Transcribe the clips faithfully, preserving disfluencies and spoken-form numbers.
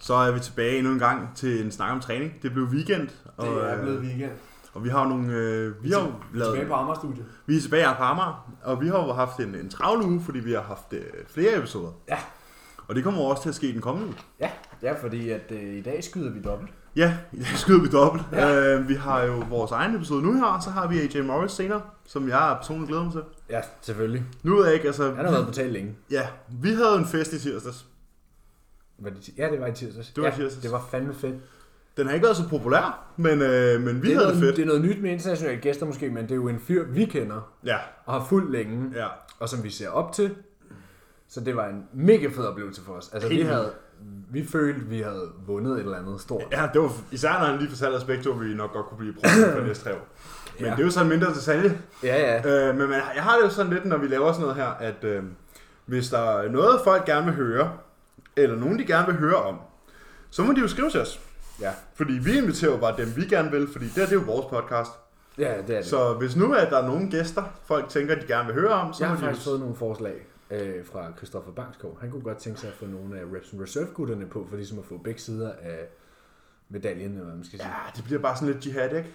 Så er vi tilbage endnu en gang til en snak om træning. Det blev weekend. Og, det er blevet weekend. Og vi har nogle... Øh, vi, vi, har vi er lavet, tilbage på Amager-studiet. Vi er tilbage på Amager, og vi har jo haft en, en travl uge, fordi vi har haft øh, flere episoder. Ja. Og det kommer også til at ske den kommende uge. Ja, ja fordi at øh, i dag skyder vi dobbelt. Ja, i dag skyder vi dobbelt. Ja. Øh, vi har jo vores egen episode nu her, og så har vi A J Morris senere, som jeg personligt glæder mig til. Ja, selvfølgelig. Nu ved jeg ikke, altså... Han har været på tale længe. Ja, vi havde en fest i tirsdags. Var det, ja, det var i tirsdags. Det var ja, i tirsdags. Det var fandme fedt. Den har ikke været så populær, men, øh, men vi det havde noget, det fedt. Det er noget nyt med internationale gæster måske, men det er jo en fyr, vi kender. Ja. Og har fulgt længe. Ja. Og som vi ser op til. Så det var en mega fed oplevelse for os. Altså, vi havde... Vi følte, vi havde vundet et eller andet stort. Ja, det var især når han lige fortalte os begge to, at vi nok godt kunne blive professionelle for næste tre år. Men ja. Det er jo sådan en mindre detalje. Ja, ja. Øh, men man, jeg har det jo sådan lidt, når vi laver sådan noget her, at øh, hvis der er noget, folk gerne vil høre, eller nogen, de gerne vil høre om, så må de jo skrive til os. Ja. Fordi vi inviterer jo bare dem, vi gerne vil, fordi det, her, det er jo vores podcast. Ja, det er det. Så hvis nu er der nogle gæster, folk tænker, de gerne vil høre om, så jeg må har de faktisk fået nogle forslag øh, fra Christoffer Bangskov. Han kunne godt tænke sig at få nogle af Reps and Reserve-gutterne på, for ligesom at få begge sider af medaljen, eller hvad man skal sige. Ja, det bliver bare sådan lidt jihad, ikke?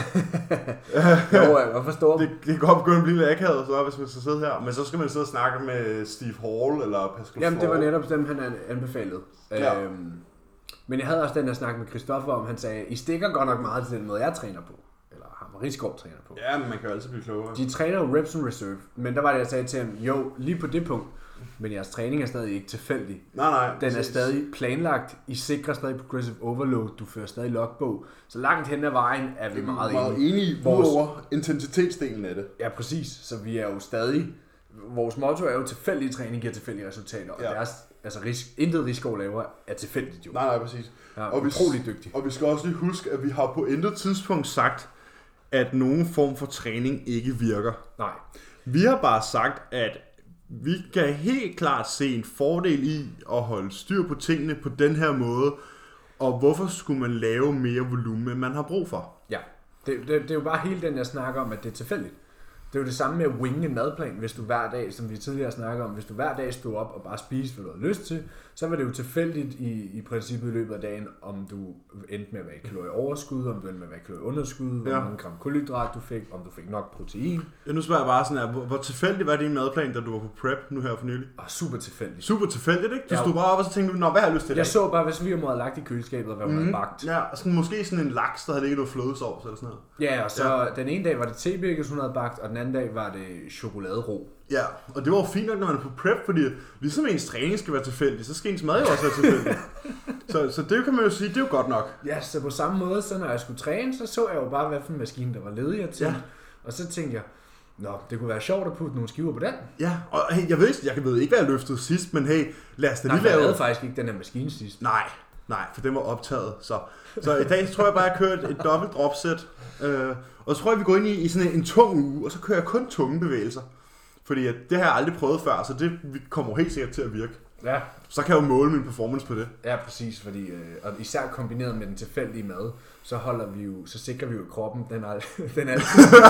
Jo, jeg kan forstå. Det, det kan godt begynde at blive lidt akavet, så hvis man skal sidde her. Men så skal man sidde og snakke med Steve Hall eller Pascal Jamen, det var Floor. netop dem, han anbefalede. Ja. Øhm, men jeg havde også den der snak med Christoffer om, han sagde, I stikker godt nok meget til den måde, jeg træner på. Eller ham Rigsgaard træner på. Ja, men man kan jo altid blive klogere. De træner jo Reps and Reserve, men der var det, jeg sagde til ham, jo, lige på det punkt, men jeres træning er stadig ikke tilfældig. Nej, nej. Den præcis. Er stadig planlagt. I sikrer stadig progressive overload. Du fører stadig logbog. Så langt hen ad vejen er vi meget, meget enige. enige vores... udover intensitetsdelen af det. Ja, præcis. Så vi er jo stadig... Vores motto er jo, tilfældige træning giver tilfældige resultater. Og ja. Deres, altså ris... intet Rigsgaard laver er tilfældigt jo. Nej, nej, præcis. Ja, og utroligt dygtig. Og vi skal også lige huske, at vi har på intet tidspunkt sagt, at nogen form for træning ikke virker. Nej. Vi har bare sagt, at vi kan helt klart se en fordel i at holde styr på tingene på den her måde, og hvorfor skulle man lave mere volumen, end man har brug for? Ja, det, det, det er jo bare hele den, jeg snakker om, at det er tilfældigt. Det er jo det samme med at winge en madplan, hvis du hver dag, som vi tidligere snakker om, hvis du hver dag stod op og bare spiste, hvad du havde lyst til, så var det jo tilfældigt i, i princippet i løbet af dagen, om du endte med at være i kalorieoverskud, om du endte med at være i kalorieunderskud, hvor ja. mange gram kulhydrat du fik, om du fik nok protein. Ja, nu spørger jeg bare sådan her, hvor, hvor tilfældigt var din madplan, da du var på prep nu her for nylig? Oh, super tilfældigt. Super tilfældigt, ikke? Du ja. stod bare op og så tænkte du, nå, hvad har jeg lyst til? Jeg så bare, hvad svigermor havde lagt i køleskabet, og hvad hun mm. havde bagt. Ja, og sådan, måske sådan en laks, der havde ligget noget flødesovs eller sådan noget. Ja, og så ja. Den ene dag var det tebirkes, hun havde bagt, og den anden dag var det chokoladero. Ja, og det var jo fint nok, når man er på prep, fordi ligesom ens træning skal være tilfældig, så skal ens mad jo også være tilfældig. så, så det kan man jo sige, det er jo godt nok. Ja, så på samme måde, så når jeg skulle træne, så så jeg jo bare, hvad for en maskine, der var ledig til. Ja. Og så tænkte jeg, nå, det kunne være sjovt at putte nogle skiver på den. Ja, og hey, jeg ved ikke, jeg ved ikke, hvad jeg løftede sidst, men hey, lad os da lige lave... lave... jeg havde faktisk ikke den her maskine sidst. Nej, nej, for den var optaget, så... Så i dag tror jeg bare, at jeg kører et, et dobbelt dropset, øh, og så tror jeg, vi går ind i, i sådan en, en tung uge, og så kører jeg kun tunge bevægelser. Fordi at det har jeg aldrig prøvet før, så det kommer helt sikkert til at virke. Ja. Så kan jeg jo måle min performance på det. Ja, præcis, fordi øh, og især kombineret med den tilfældige mad, så holder vi jo, så sikrer vi jo kroppen, den er den er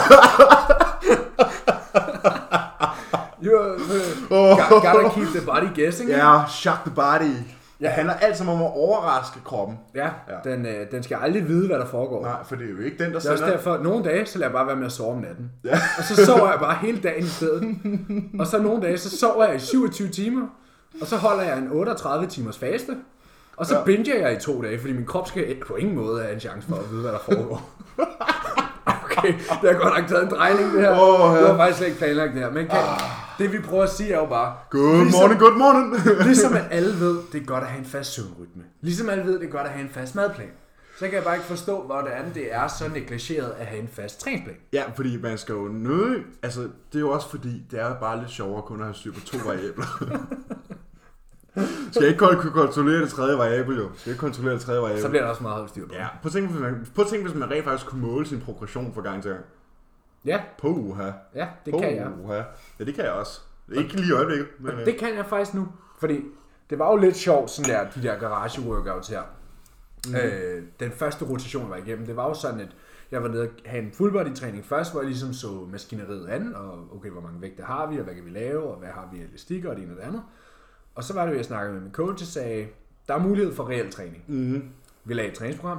You uh, gotta keep the body guessing. Ja, yeah, shock the body. Det handler alt som om at overraske kroppen. Ja, ja. Den, øh, den skal aldrig vide, hvad der foregår. Nej, for det er jo ikke den, der sender... Det er også derfor, nogle dage, så lader jeg bare være med at sove om natten. Ja. Og så sover jeg bare hele dagen i stedet. Og så nogle dage, så sover jeg i syvogtyve timer. Og så holder jeg en otteogtredive timers faste. Og så ja. binger jeg i to dage, fordi min krop skal på ingen måde have en chance for at vide, hvad der foregår. Okay, det har godt nok taget en drejning, det her. Oh, ja. Det var faktisk slet ikke planlagt det her. Men kan, ah. det vi prøver at sige er jo bare... Good ligesom, morning, good morning. Ligesom at alle ved, det er godt at have en fast søvnrytme. Ligesom alle ved, det er godt at have en fast madplan. Så kan jeg bare ikke forstå, hvordan det er så negligeret at have en fast træningsplan. Ja, fordi man skal jo nøde... Altså, det er jo også fordi, det er bare lidt sjovere kun at have styr på to variabler. Skal jeg ikke kunne kontrollere det tredje variabel, jo? Skal jeg ikke kontrollere det tredje variabel? Så bliver der også meget holdt styr på. Ja, på ting, hvis man, på ting, hvis man rent faktisk kunne måle sin progression fra gang til gang. Ja. På uha. Ja, det på kan jeg. Uha. Ja, det kan jeg også. Ikke lige i øjeblikket. Men, det kan jeg faktisk nu, fordi det var jo lidt sjovt, sådan der, de der garage-workouts her. Mm. Øh, den første rotation var igennem, det var jo sådan, at jeg var nede og have en full body træning først, hvor jeg ligesom så maskineriet an, og okay, hvor mange vægte har vi, og hvad kan vi lave, og hvad har vi elastik, og det ene og det andet. Og så var det jo, jeg snakkede med min coach og sagde, der er mulighed for reel træning. Mm. Vi lagde et træningsprogram,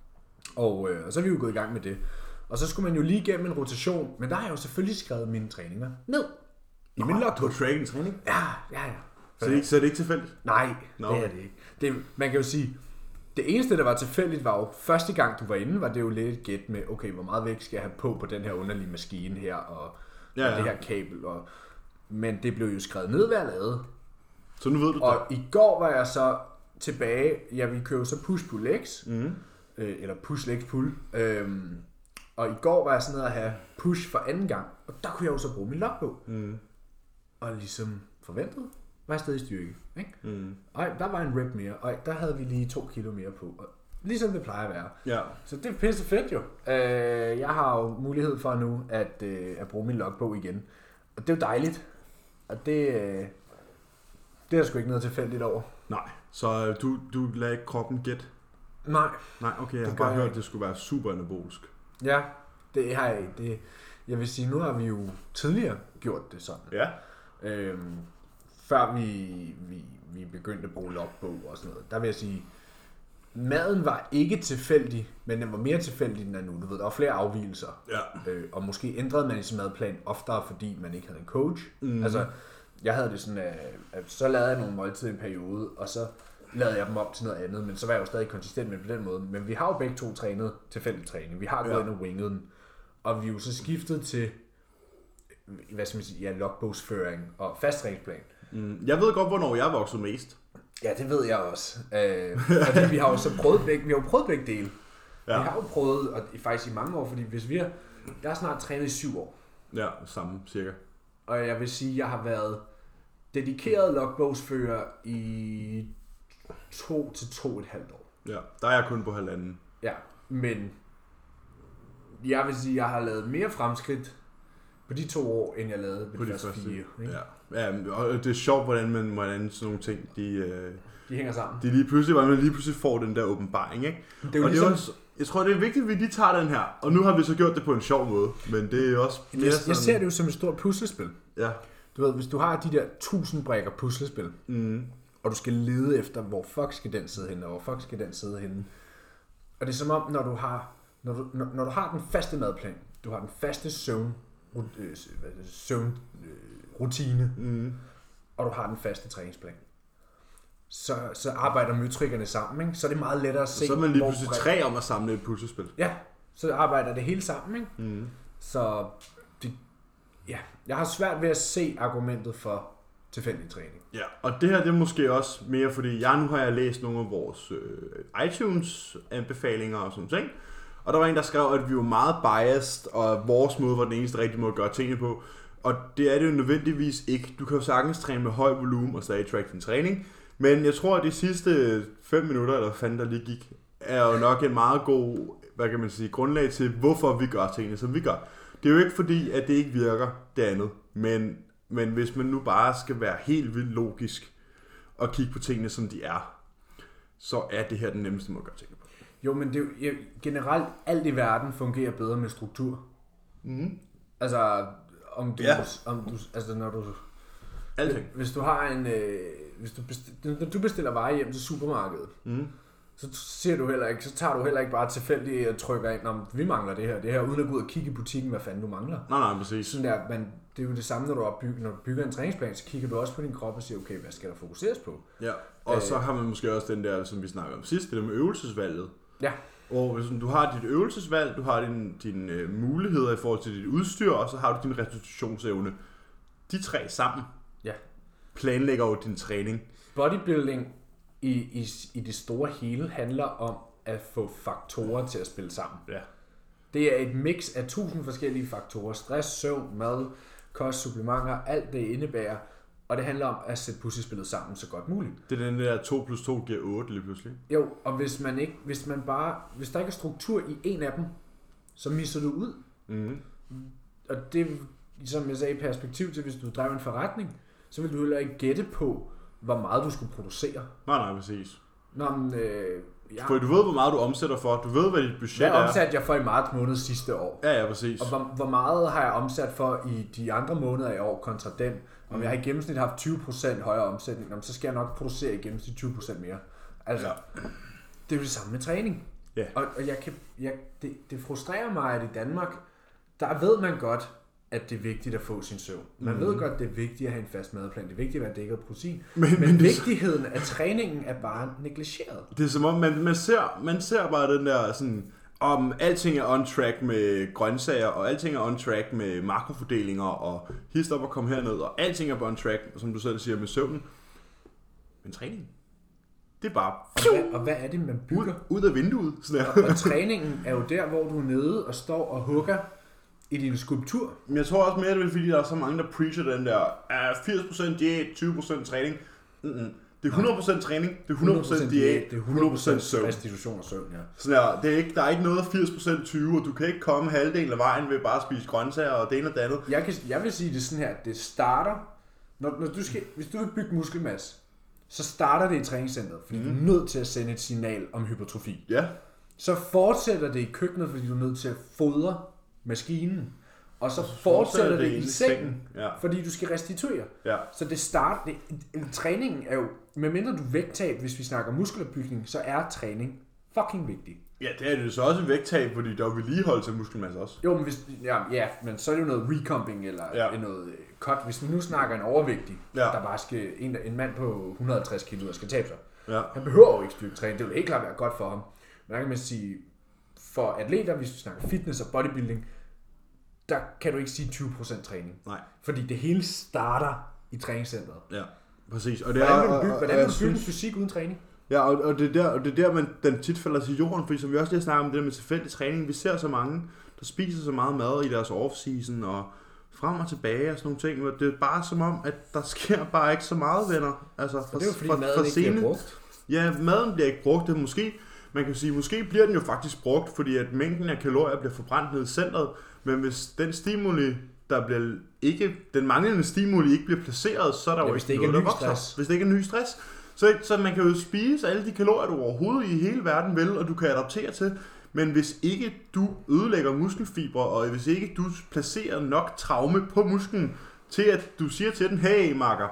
og, øh, og så er vi jo gået i gang med det. Og så skulle man jo lige igennem en rotation, men der har jeg jo selvfølgelig skrevet mine træninger ned. I min log. Du har tracking træning? Ja, ja, ja. Så det, er ikke, så er det ikke tilfældigt? Nej, no. det er det ikke. Det, man kan jo sige, det eneste, der var tilfældigt, var jo første gang, du var inde, var det jo lidt et gæt med, okay, hvor meget vægt skal jeg have på på den her underlige maskine her, og, ja, ja. og det her kabel. Og, men det blev jo skrevet ned, hvad jeg lavede. Så nu ved du det. Og i går var jeg så tilbage, jeg ville købe så push-pull-legs, mm. øh, eller push-legs-pull. Øhm, og i går var jeg sådan nede at have push for anden gang, og der kunne jeg jo så bruge min logbog. Mm. Og ligesom forventet, var jeg stadig i styrke. Ikke? Mm. Og der var en rep mere, og der havde vi lige to kilo mere på. Og ligesom det plejer at være. Ja. Så det er pisse fedt jo. Øh, jeg har jo mulighed for nu at, øh, at bruge min logbog igen. Og det er jo dejligt. Og det, øh, det er der sgu ikke noget tilfældigt over. Nej, så øh, du, du lader ikke kroppen gætte? Nej. Nej, okay, jeg har bare hørt, at det skulle være super anabolisk. Ja, det har jeg det. Jeg vil sige, nu har vi jo tidligere gjort det sådan. Ja. Øhm, før vi, vi, vi begyndte at bruge logbog og sådan noget. Der vil jeg sige, maden var ikke tilfældig, men den var mere tilfældig end nu. Du ved, der var flere afvigelser. Ja. Øh, og måske ændrede man i sin madplan oftere, fordi man ikke havde en coach. Mm. Altså, jeg havde det sådan, at, at så lavede jeg nogle måltider i en periode, og så lavede jeg dem op til noget andet, men så var jeg jo stadig konsistent med på den måde. Men vi har jo begge to trænet tilfældig træning. Vi har gået ja. ind og winget den. Og vi er jo så skiftet til, hvad skal man sige, ja, logbogsføring og fast træningsplan. Mm. Jeg ved godt, hvornår jeg voksede mest. Ja, det ved jeg også. Øh, fordi vi har jo så prøvet begge, vi har jo prøvet begge dele. Ja. Vi har jo prøvet, og faktisk i mange år, fordi hvis vi har, jeg har snart trænet i syv år. Ja, samme cirka. Og jeg vil sige, at jeg har været dedikeret logbogsfører i to til to og et halvt år. Ja, der er jeg kun på halvanden. Ja, men jeg vil sige, at jeg har lavet mere fremskridt på de to år, end jeg lavede på, på de, de første fire. Ikke? Ja. Ja, og det er sjovt, hvordan, man, hvordan sådan nogle ting, de, øh, de hænger sammen. De lige pludselig, hvordan man lige pludselig får den der åbenbaring, ikke? Det er jo og ligesom, det er også, jeg tror, det er vigtigt, at vi lige tager den her. Og nu har vi så gjort det på en sjov måde, men det er også... Jeg, jeg, jeg ser det jo som et stort puslespil. Ja. Du ved, hvis du har de der tusind brækker puslespil, mm. og du skal lede efter, hvor fuck skal den sidde henne, og hvor fuck skal den sidde henne. Og det er som om, når du har, når du, når, når du har den faste madplan, du har den faste søvn, øh, søvn øh, rutine, mm. og du har den faste træningsplan, så, så arbejder møtrikkerne sammen, ikke? Så er det meget lettere at se. Så er man lige pludselig tre om at samle et puslespil. Ja, så arbejder det hele sammen, ikke? Mm. Så det, ja, jeg har svært ved at se argumentet for tilfældig træning. Ja, og det her det er måske også mere, fordi jeg nu har jeg læst nogle af vores øh, iTunes-anbefalinger og sådan ting, og der var en, der skrev, at vi var meget biased, og vores måde var den eneste rigtige måde at gøre tingene på, og det er det jo nødvendigvis ikke. Du kan jo sagtens træne med høj volumen og stadig track din træning, men jeg tror, at de sidste fem minutter, eller hvad fanden der lige gik, er jo nok en meget god, hvad kan man sige, grundlag til, hvorfor vi gør tingene, som vi gør. Det er jo ikke fordi, at det ikke virker, det andet, men, men hvis man nu bare skal være helt vildt logisk og kigge på tingene, som de er, så er det her den nemmeste måde at gøre tingene på. Jo, men det er jo, generelt, alt i verden fungerer bedre med struktur. Mm. Altså, om du, ja. om du, altså når du, alting. Hvis du har en, øh, hvis du bestiller, når du bestiller varer hjem til supermarkedet, mm. så ser du heller ikke, så tager du heller ikke bare tilfældigt og trykker ind, om vi mangler det her, det her, uden at gå ud og kigge i butikken, hvad fanden du mangler. Nej, nej, præcis. Sådan der, men det er jo det samme, når du, opbygger, når du bygger en træningsplan, så kigger du også på din krop og siger, okay, hvad skal der fokuseres på? Ja, og øh, så har man måske også den der, som vi snakkede om sidst, det der med øvelsesvalget. Ja. Og hvis du har dit øvelsesvalg, du har dine din, uh, muligheder i forhold til dit udstyr, og så har du din restitutionsevne. De tre sammen ja. planlægger jo din træning. Bodybuilding i, i, i det store hele handler om at få faktorer til at spille sammen. Ja. Det er et mix af tusind forskellige faktorer. Stress, søvn, mad, kost, supplementer, alt det indebærer. Og det handler om at sætte puslespillet sammen så godt muligt. Det er den der to plus to giver otte lige pludselig. Jo, og hvis man ikke, hvis man bare, hvis der ikke er struktur i en af dem, så misser du ud. Mm. Og det, som jeg sagde i perspektiv til, hvis du drev en forretning, så vil du heller ikke gætte på, hvor meget du skulle producere. Nej, nej, præcis. Nå, men, øh, ja. For du ved, hvor meget du omsætter for. Du ved, hvad dit budget er. Hvad omsatte jeg for i marts måned sidste år? Ja, ja, præcis. Og hvor, hvor meget har jeg omsat for i de andre måneder i år kontra den? Om mm. jeg har i gennemsnit haft tyve procent højere omsætning, så skal jeg nok producere i gennemsnit tyve procent mere. Altså, Ja. det er jo det samme med træning. Ja. Og, og jeg kan, jeg, det, det frustrerer mig, at i Danmark, der ved man godt, at det er vigtigt at få sin søvn. Man mm. ved godt, at det er vigtigt at have en fast madplan. Det er vigtigt at være dækket af protein. Men, men, men vigtigheden af træningen er bare negligeret. Det er som om, man, man, ser, man ser bare den der sådan, om alting er on track med grøntsager, og alting er on track med makrofordelinger, og hist op og kom herned, og alting er på on track, som du selv siger, med søvnen. Men træning, det er bare og hvad, og hvad er det, man bygger? Ud, ud af vinduet. Sådan og, og træningen er jo der, hvor du er nede og står og hugger i din skulptur. Men jeg tror også mere, det er fordi, der er så mange, der preacher den der uh, firs procent diæt, tyve procent træning. Mm-mm. Det er hundrede procent træning, det er hundrede procent diæt, det er hundrede procent søvn. Restitution og søvn, ja. Sådan der, det er ikke, der er ikke noget firs procent tyve, og du kan ikke komme halvdelen af vejen ved bare at spise grøntsager og det ene og det andet. Jeg, kan, jeg vil sige det sådan her, det starter, når, når du skal, hvis du vil bygge muskelmasse, så starter det i træningscenteret, fordi mm. du er nødt til at sende et signal om hypertrofi. Ja. Så fortsætter det i køkkenet, fordi du er nødt til at fodre maskinen. Og så fortsætter det, det i sengen, ja. Fordi du skal restituere. Ja. Så det starter, det, træningen er jo, medmindre du vægttab, hvis vi snakker muskelopbygning, så er træning fucking vigtig. Ja, det er det så også en vægttab, fordi der er vedligeholdelse af muskelmasse også. Jo, men, hvis, ja, ja, men så er det jo noget recomping eller ja. noget cut. Hvis vi nu snakker en overvægtig, ja. Der bare skal, en, en mand på et hundrede og halvtreds kilo, der skal tabe sig. Ja. Han behøver jo ikke styrketræning, det vil helt klart være godt for ham. Men der kan man sige, for atleter, hvis vi snakker fitness og bodybuilding, der kan du ikke sige tyve procent træning. Nej. Fordi det hele starter i træningscenteret. Ja, præcis. Og det hvordan er, vil du bygge, og, hvordan og, vil du bygge synes, en fysik uden træning? Ja, og, og, det er der, og det er der, man, den tit falder til jorden, fordi som vi også lige snakker om det der med tilfældig træning, vi ser så mange, der spiser så meget mad i deres off-season, og frem og tilbage og sådan nogle ting, og det er bare som om, at der sker bare ikke så meget, venner. Altså, for, det er jo fordi for, maden for ikke sene, bliver brugt. Ja, maden bliver ikke brugt, det er måske, man kan sige, måske bliver den jo faktisk brugt, fordi at mængden af kalorier bliver forbrændt ned i centret, men hvis den stimuli, der bliver ikke, den manglende stimuli ikke bliver placeret, så er der ja, jo ikke ikke noget, der vokser. Hvis det ikke er ny stress. Så, så man kan jo spise alle de kalorier, du overhovedet i hele verden vil, og du kan adaptere til. Men hvis ikke du ødelægger muskelfibre, og hvis ikke du placerer nok traume på musklen, til at du siger til den, hey makker,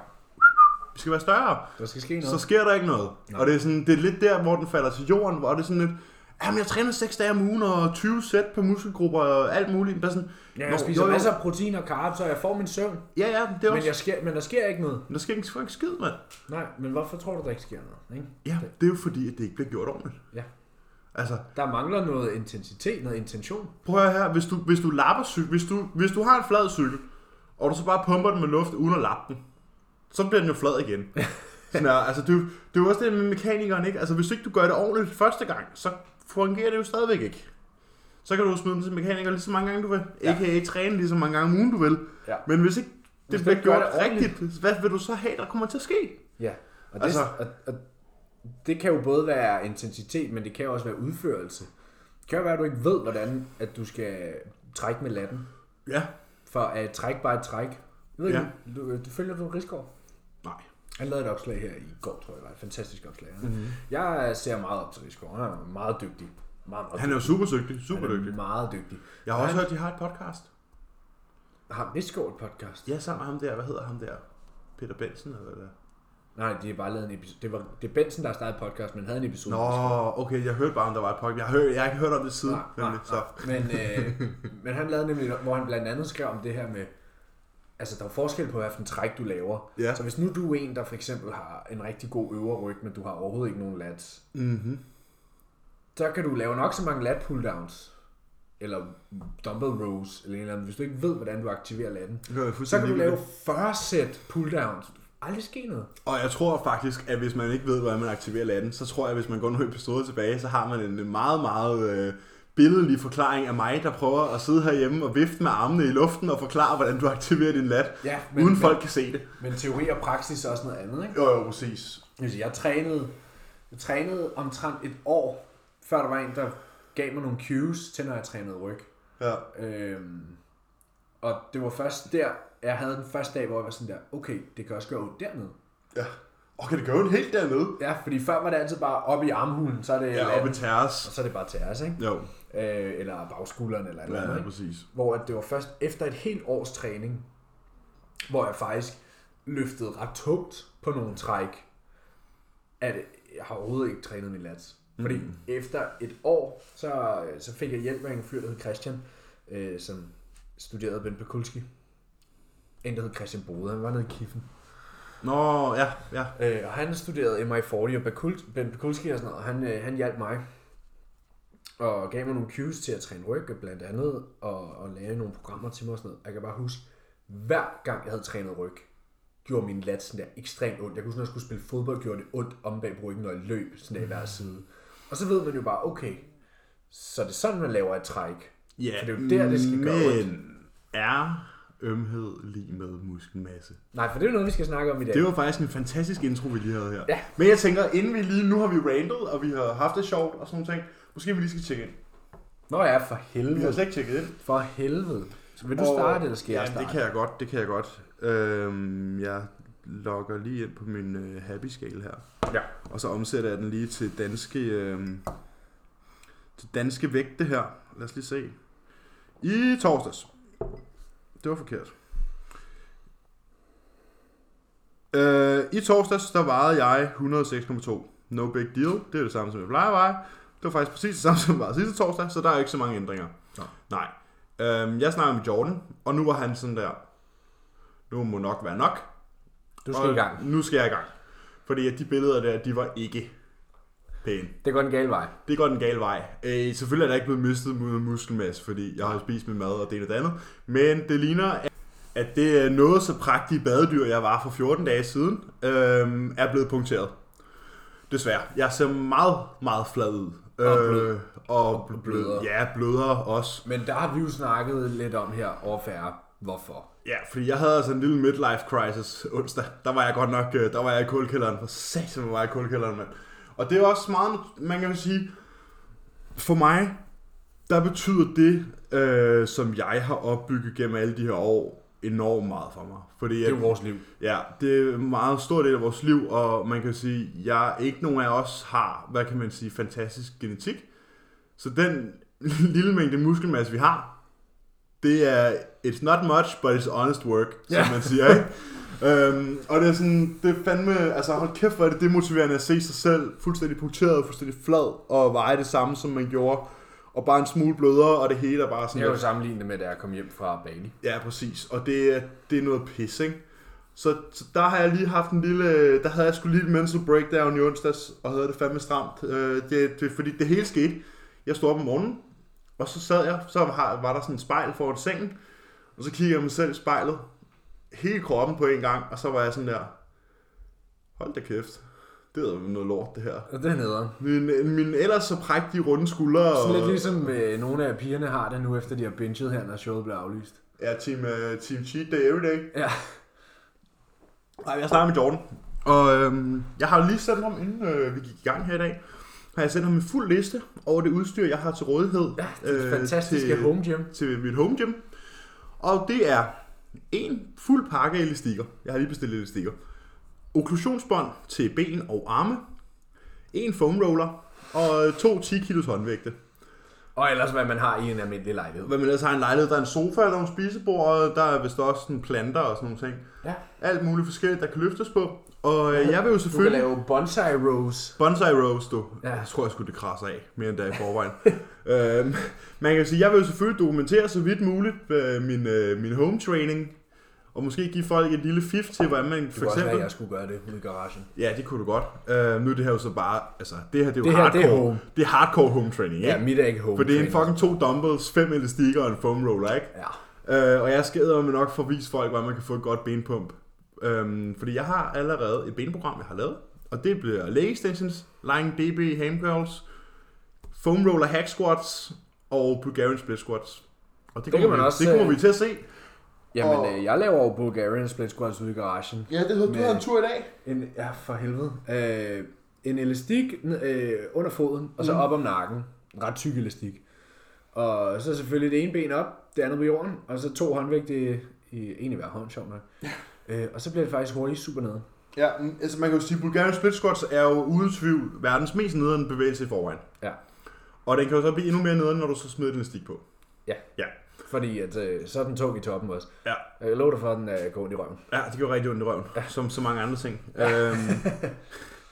vi skal være større, der skal ske noget. Så sker der ikke noget. Nej. Og det er, sådan, det er lidt der, hvor den falder til jorden, hvor det er sådan lidt, jamen jeg træner seks dage om ugen, og tyve sæt på muskelgrupper, og alt muligt. Der er sådan, ja, jeg spiser masser af protein og carbs, så jeg får min søvn. Ja, ja, det er også. Men, jeg sker, men der sker ikke noget. Men der sker ikke skid, mand. Nej, men hvorfor tror du, der ikke sker noget? Ikke? Ja, det er jo fordi, at det ikke bliver gjort ordentligt. Ja. Altså, der mangler noget intensitet, noget intention. Prøv at høre her, hvis du, hvis du lapper cykel, hvis du, hvis du har en flad cykel, og du så bare pumper den med luft uden at lappe den, så bliver den jo flad igen. Sådan her, altså, det, er jo, det er jo også det med mekanikeren, ikke? Altså, hvis ikke du gør det ordentligt første gang, så fungerer det jo stadigvæk ikke. Så kan du smide den til mekaniker lige så mange gange du vil, ja. A K A træne lige så mange gange om ugen du vil. Ja. Men hvis ikke det bliver gjort rigtigt, hvad vil du så have, der kommer til at ske? Ja, og det, altså, og, og det kan jo både være intensitet, men det kan jo også være udførelse. Det kan jo være, at du ikke ved, hvordan at du skal trække med latten. Ja. For at trække bare et træk. Jeg ved ja. ikke, du, du følger du Risgaard? Nej. Han lavede et opslag her i går, tror jeg, var et fantastisk opslag. Mm-hmm. Jeg ser meget op til Risgaard. Han er meget dygtig. Meget, meget han er jo super dygtig, super han er dygtig. meget dygtig. Jeg har også han... hørt, at de har et podcast. Har Risgaard et podcast? Ja, sammen med ham der. Hvad hedder ham der? Peter Benson eller hvad? Nej, de har bare lavet en episode. Det var det er Benson, der startede podcast, men havde en episode. Nå, okay, jeg hørte bare, om der var et podcast. Jeg har, hørt, jeg har ikke hørt om det siden. Nej, nej, så. Men, øh, men han lavede nemlig, hvor han blandt andet skrev om det her med, altså der er forskel på, hvilken træk du laver. Ja. Så hvis nu du er en, der for eksempel har en rigtig god øvre ryg, men du har overhovedet ikke nogen lats, mm-hmm. så kan du lave nok så mange lat pulldowns, eller dumbbell rows, eller en eller anden. Hvis du ikke ved, hvordan du aktiverer latten, så kan du lave fyrre sæt pulldowns. Aldrig ske noget. Og jeg tror faktisk, at hvis man ikke ved, hvordan man aktiverer latten, så tror jeg, at hvis man går nogle episoder tilbage, så har man en meget, meget øh, billedlig forklaring af mig, der prøver at sidde herhjemme og vifte med armene i luften og forklare, hvordan du aktiverer din lat, ja, men, uden men, folk kan se det. Men teori og praksis er også noget andet, ikke? Jo, jo, præcis. Jeg trænede, jeg trænede omtrent et år, før der var en, der gav mig nogle cues til, når jeg trænede ryg. Ja. Øhm, og det var først der, jeg havde den første dag, hvor jeg var sådan der, okay, det kan også gøre ondt dernede. Ja. Og kan det gøre ondt helt dernede? Ja, fordi før var det altid bare oppe i armhulen, så er det... Ja, oppe i tæres. Og så er det bare tæres, ikke? Jo. Øh, eller bagskulderen, eller eller andet. Ja, præcis. Hvor det var først efter et helt års træning, hvor jeg faktisk løftede ret tungt på nogle træk, at jeg har overhovedet ikke trænet min lats. Fordi mm. efter et år, så, så fik jeg hjælp af en fyr, der hed Christian, øh, som studerede Ben Pekulski. En, der hed Christian Bode, han var nede i Kiffen. Nå, ja, ja. Øh, og han studerede M I fyrre og Ben Pekulski og sådan noget, og han, øh, han hjalp mig. Og gav mig nogle cues til at træne ryg, blandt andet, og, og lave nogle programmer til mig og sådan noget. Jeg kan bare huske, hver gang jeg havde trænet ryg, gjorde min lats sådan der ekstremt ondt. Jeg kunne sådan, når jeg skulle spille fodbold, gjorde det ondt om bag på ryggen, når jeg løb sådan der i hver side. Og så ved man jo bare, okay, så det er sådan, man laver et træk. Ja, for det er jo der, det skal gøre ondt. Men er ømhed lige med muskelmasse? Nej, for det er jo noget, vi skal snakke om i dag. Det var faktisk en fantastisk intro, vi lige havde her. Ja. Men jeg tænker, inden vi lige, nu har vi rantet, og vi har haft det sjovt og sådan nogle ting, måske vi lige skal tjekke ind. Nå ja, for helvede. Vi har slet ikke tjekket ind. For helvede. Så vil du starte, eller skal ja, jeg starte? det kan jeg godt, det kan jeg godt. Øhm, jeg logger lige ind på min øh, happy-scale her. Ja. Og så omsætter jeg den lige til danske, øh, til danske vægte her. Lad os lige se. I torsdags. Det var forkert. Øh, I torsdags, der vejede jeg et hundrede og seks komma to. No big deal. Det er det samme, som jeg plejer at veje. Det var faktisk præcis det samme, som jeg vejede sidste torsdag, så der er ikke så mange ændringer. Nej. Nej. Øh, jeg snakkede med Jordan, og nu var han sådan der. Nu må nok være nok. Du skal og i gang. Nu skal jeg i gang. Fordi at de billeder der, de var ikke pæne. Det går den gale vej. Det går den gale vej. Øh, selvfølgelig er der ikke blevet mistet muskelmasse, fordi jeg har spist min mad og det og det andet. Men det ligner, at det er noget så prægtige badedyr, jeg var for fjorten dage siden, øh, er blevet punkteret. Desværre. Jeg ser meget, meget flad ud. Og blød. Øh, og bløder. Ja, bløder også. Men der har vi jo snakket lidt om her overfærre. Hvorfor? Ja, fordi jeg havde altså en lille midlife crisis onsdag. Der var jeg godt nok, der var jeg i kulkælderen. For satan var jeg i kulkælderen, mand. Og det er også meget, man kan sige, for mig, der betyder det, øh, som jeg har opbygget gennem alle de her år, enormt meget for mig. Fordi det er jo vores liv. Ja, det er en meget stor del af vores liv, og man kan sige, jeg ikke nogen af os har, hvad kan man sige, fantastisk genetik. Så den lille mængde muskelmasse, vi har, det er, it's not much, but it's honest work, som yeah. man siger, ikke? øhm, og det er sådan, det er fandme, altså hold kæft, hvor er det demotiverende at se sig selv fuldstændig punkteret, fuldstændig flad, og veje det samme, som man gjorde, og bare en smule blødere, og det hele er bare sådan... Jeg er jo sammenlignet med, da jeg kom hjem fra Bali. Ja, præcis, og det er, det er noget pis, ikke? Så, så der har jeg lige haft en lille, der havde jeg sgu lige et mental breakdown i onsdags, og havde det fandme stramt, øh, det, det, fordi det hele skete. Jeg stod op om morgenen, og så sad jeg, så var, var der sådan en spejl foran sengen, og så kiggede jeg mig selv i spejlet, hele kroppen på en gang, og så var jeg sådan der, hold da kæft, det er noget lort det her. Og det er nederen. Min, min ellers så prægtige runde skuldre. Sådan lidt ligesom øh, nogle af pigerne har det nu, efter de har binget her, når showet bliver aflyst. Ja, team, uh, team cheat day every day. Ja. Nej, jeg snakker med Jordan, og øhm, jeg har lige sendt ham, inden øh, vi gik i gang her i dag, har jeg sendt ham en fuld liste over det udstyr, jeg har til rådighed. Ja, det øh, fantastiske til, home gym. Til mit home gym. Og det er en fuld pakke elastikker. Jeg har lige bestilt elastikker. Okklusionsbånd til ben og arme. En foam roller. Og to ti kilos håndvægte. Og ellers hvad man har i en almindelig lejlighed. Hvad man ellers har i en lejlighed. Der er en sofa, der er nogle spisebord, der er vist også sådan planter og sådan nogle ting. Ja. Alt muligt forskelligt, der kan løftes på. Og ja, jeg vil jo selvfølgelig... Du kan lave bonsai rows. Bonsai rows, du. Ja. Jeg tror, jeg skulle det krasse af, mere end der i forvejen. øhm, man kan sige, jeg vil jo selvfølgelig dokumentere så vidt muligt øh, min, øh, min home training. Og måske give folk et lille fif til, hvordan man for eksempel... Det eksempel... være, jeg skulle gøre det ude i garagen. Ja, det kunne du godt. Øh, nu er det her jo så bare... Altså, det her det er jo det her, hardcore. Det er, home. det er hardcore home training, ikke? Ja, mit er ikke home For det er en training. fucking to dumbbells, fem elastikker og en foam roller, ikke? Ja. Øh, og jeg skal med nok for at vise folk, hvordan man kan få et godt benpump. Øhm, fordi jeg har allerede et benprogram, jeg har lavet. Og det bliver leg extensions, lying D B, ham curls, foam roller hack squats og Bulgarian split squats. Og det, det, kommer, vi, også, det kommer vi til at se. Jamen, og... øh, jeg laver jo Bulgarian split squats ude i garagen. Ja, det havde du havde en tur i dag. En, ja, for helvede. Øh, en elastik øh, under foden, og så mm. op om nakken. En ret tyk elastik. Og så selvfølgelig det ene ben op, det andet på jorden, og så to håndvægte i en i hver hånd, sjovt nok. Ja. Øh, og så bliver det faktisk hurtigt super nede. Ja, altså man kan jo sige, at Bulgarian split squats er jo uden tvivl verdens mest nederen bevægelse i forvejen. Ja. Og den kan jo så blive endnu mere nederen, når du så smider den stik på. Ja. Ja. Fordi at, øh, så er den tung i toppen også. Ja. Jeg lover dig for, at den øh, går ondt i røven. Ja, det gør rigtig ondt i røven, ja. som så mange andre ting. Ja. Øhm,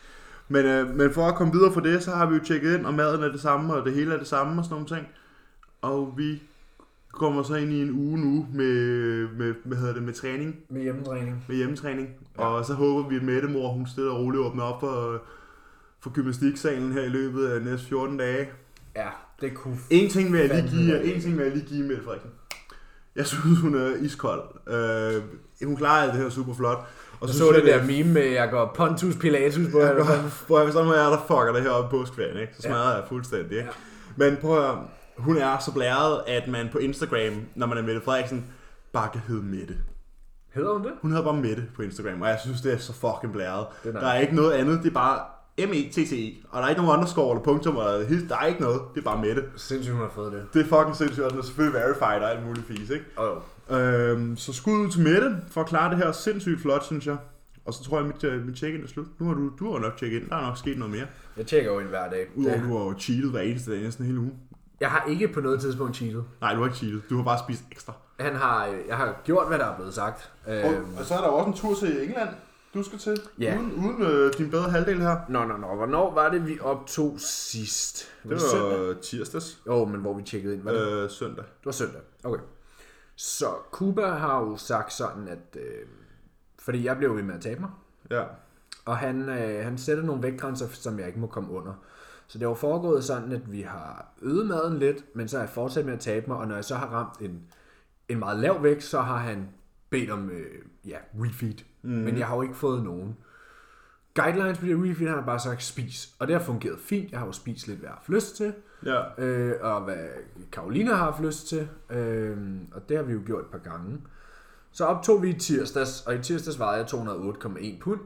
Men, øh, men for at komme videre fra det, så har vi jo tjekket ind, og maden er det samme, og det hele er det samme og sådan nogle ting. Og vi kommer så ind i en uge nu med, med, hvad hedder det, med træning. Med hjemmetræning. Med hjemmetræning. Ja. Ja. Og så håber vi, at Mette mor, hun stille og roligt åbner op for, for gymnastiksalen her i løbet af de næste fjorten dage. Ja, det kunne... En ting vil jeg lige give, en ting vil jeg lige give Mette Frederiksen. Jeg synes, hun er iskold. Øh, hun klarer alt det her super flot. Og så, så det der meme med, at jeg går Pontus Pilatus på. Jeg går, hvis der er noget af der fucker det her op på påskeferien, ikke? Så smadrer ja. jeg fuldstændig. Ikke? Ja. Men prøv at høre, hun er så blæret, at man på Instagram, når man er Mette Frederiksen, bare kan hedde Mette. Hedder hun det? Hun hedder bare Mette på Instagram, og jeg synes, det er så fucking blæret. Er der er ikke noget andet, det er bare M E T T E, og der er ikke nogen andre skår eller punktum, eller der er ikke noget, det er bare Mette. Sindssygt, hun har fået det. Det er fucking sindssygt, og den er selvfølgelig verified og alt muligt fis, ikke? Oh. Øhm, så skud ud til Mette for at klare det her sindssygt flot, synes jeg. Og så tror jeg, at mit, mit check-in er slut. Nu har du, du har nok tjekket ind. Der er nok sket noget mere. Jeg tjekker jo ind hver dag. Udover du har jo cheatet hver eneste dag, næsten hele ugen. Jeg har ikke på noget tidspunkt cheatet. Nej, du har ikke cheatet. Du har bare spist ekstra. Han har, jeg har gjort, hvad der er blevet sagt. Og, øhm. og så er der også en tur til England, du skal til. Ja. Uden, uden øh, din bedre halvdel her. Nå, nå, nå. Hvornår var det, vi optog sidst? Var det, det var søndag? Tirsdags. Jo, men hvor vi tjekkede ind. Var det? Øh, søndag. Det var søndag. Okay. Så Cuba har jo sagt sådan, at... Øh, fordi jeg blev ved med at tabe mig. Ja. Og han, øh, han sætter nogle vægtgrænser, som jeg ikke må komme under. Så det er jo foregået sådan, at vi har øget maden lidt, men så har jeg fortsat med at tabe mig. Og når jeg så har ramt en, en meget lav vægt, så har han bedt om øh, ja, refeed. Mm. Men jeg har jo ikke fået nogen guidelines på det refeed. Han har bare sagt, spis. Og det har fungeret fint. Jeg har jo spist lidt, hvad jeg har haft lyst til. Ja. Øh, og hvad Karolina har haft lyst til. Øh, og det har vi jo gjort et par gange. Så optog vi i tirsdags, og i tirsdags vejede jeg to hundrede og otte komma en pund.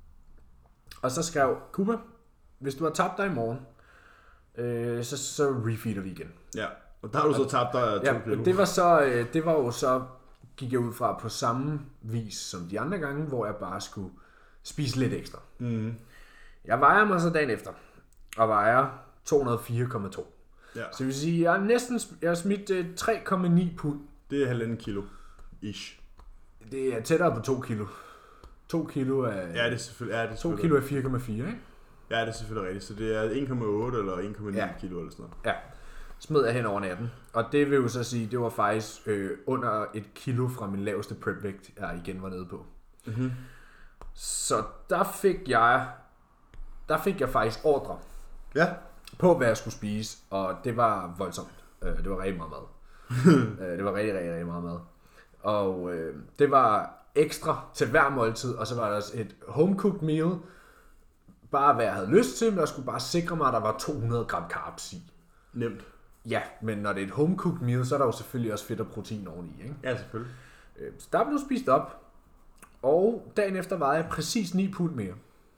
Og så skrev Cuba, hvis du har tabt dig i morgen, øh, så, så refeeder vi igen. Ja, og der har du så tabt dig ja, to det var så, øh, det var jo så, gik jeg ud fra på samme vis som de andre gange, hvor jeg bare skulle spise lidt ekstra. Mm. Jeg vejer mig så dagen efter, og vejer to hundrede og fire komma to. Ja. Så det vil sige, jeg har næsten jeg har smidt øh, tre komma ni pund. Det er halvanden kilo. Ish. Det er tættere på to kilo. To kilo af... Ja, det er selvfølgelig... Ja, det er to kilo af fire komma fire, ikke? Ja, det er selvfølgelig rigtigt. Så det er en komma otte eller en komma ni ja. kilo eller sådan noget. Ja. Smed jeg hen over natten. Og det vil jo så sige, det var faktisk øh, under et kilo fra min laveste prep-vægt, jeg igen var nede på. Mm-hmm. Så der fik jeg... Der fik jeg faktisk ordre. Ja. På, hvad jeg skulle spise. Og det var voldsomt. Øh, det var rigtig meget mad. øh, det var rigtig, rigtig, rigtig meget mad. Og øh, det var ekstra til hver måltid, og så var der et home-cooked meal, bare hvad jeg havde lyst til, men jeg skulle bare sikre mig, at der var to hundrede gram carbs i. Nemt. Ja, men når det er et home-cooked meal, så er der jo selvfølgelig også fedt og protein oveni, ikke? Ja, selvfølgelig. Øh, så der blev spist op, og dagen efter vejede jeg præcis ni pund mere.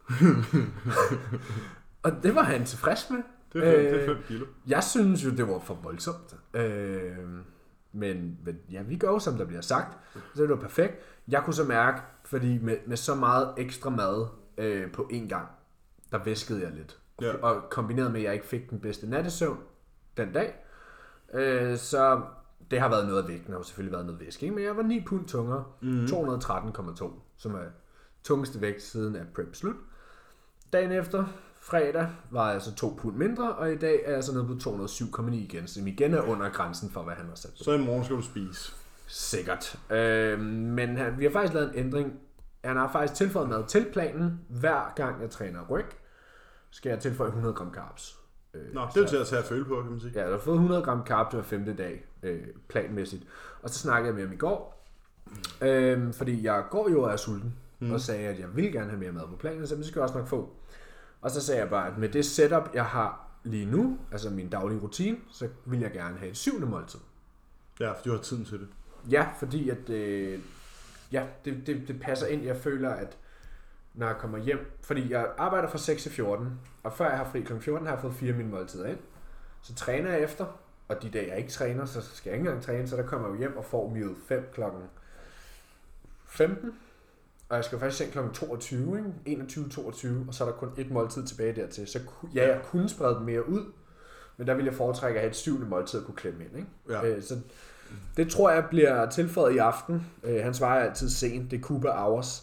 Og det var han tilfreds med. Det er fem, øh, det er fem kilo. Jeg synes jo, det var for voldsomt. Øh, Men, men ja, vi gør jo, som der bliver sagt. Så det var perfekt. Jeg kunne så mærke, fordi med, med så meget ekstra mad øh, på én gang, der væskede jeg lidt. Ja. Og kombineret med, at jeg ikke fik den bedste nattesøvn den dag, øh, så det har været noget af vægten. Der har selvfølgelig været noget væske, ikke? Men jeg var ni pund tungere. Mm-hmm. to hundrede og tretten komma to, som er tungeste vægt siden af prep slut. Dagen efter, fredag, var jeg så to pund mindre, og i dag er jeg så nede på to hundrede og syv komma ni igen, som igen er under grænsen for, hvad han har sat på. Så i morgen skal du spise. Sikkert. Øh, men han, vi har faktisk lavet en ændring. Han har faktisk tilføjet mad til planen. Hver gang jeg træner ryg, skal jeg tilføje hundrede gram carbs. Øh, Nå, det er til at tage at føle på, kan man sige. Ja, jeg har fået hundrede gram carbs hver femte dag, øh, planmæssigt. Og så snakkede jeg med ham i går, øh, fordi jeg går jo og er sulten, mm. og sagde, at jeg vil gerne have mere mad på planen, så det skal jeg også nok få. Og så sagde jeg bare, at med det setup, jeg har lige nu, altså min daglige rutine, så vil jeg gerne have et syvende måltid. Ja, for du har tiden til det. Ja, fordi at, øh, ja, det, det, det passer ind. Jeg føler, at når jeg kommer hjem, fordi jeg arbejder fra seks til fjorten, og før jeg har fri klokken fjorten, har jeg fået fire mine måltider ind. Så træner jeg efter, og de dage jeg ikke træner, så skal jeg ikke engang træne, så der kommer jeg jo hjem og får meal fem klokken femten. Og jeg skal faktisk seng klokken toogtyve, ikke? enogtyve toogtyve, og så er der kun et måltid tilbage dertil. Så ja, jeg kunne sprede dem mere ud, men der vil jeg foretrække at have et syvende måltid at kunne klemme ind, ikke? Ja. Øh, så det tror jeg bliver tilføjet i aften. Øh, han svarer altid sent, det er Cuba Hours.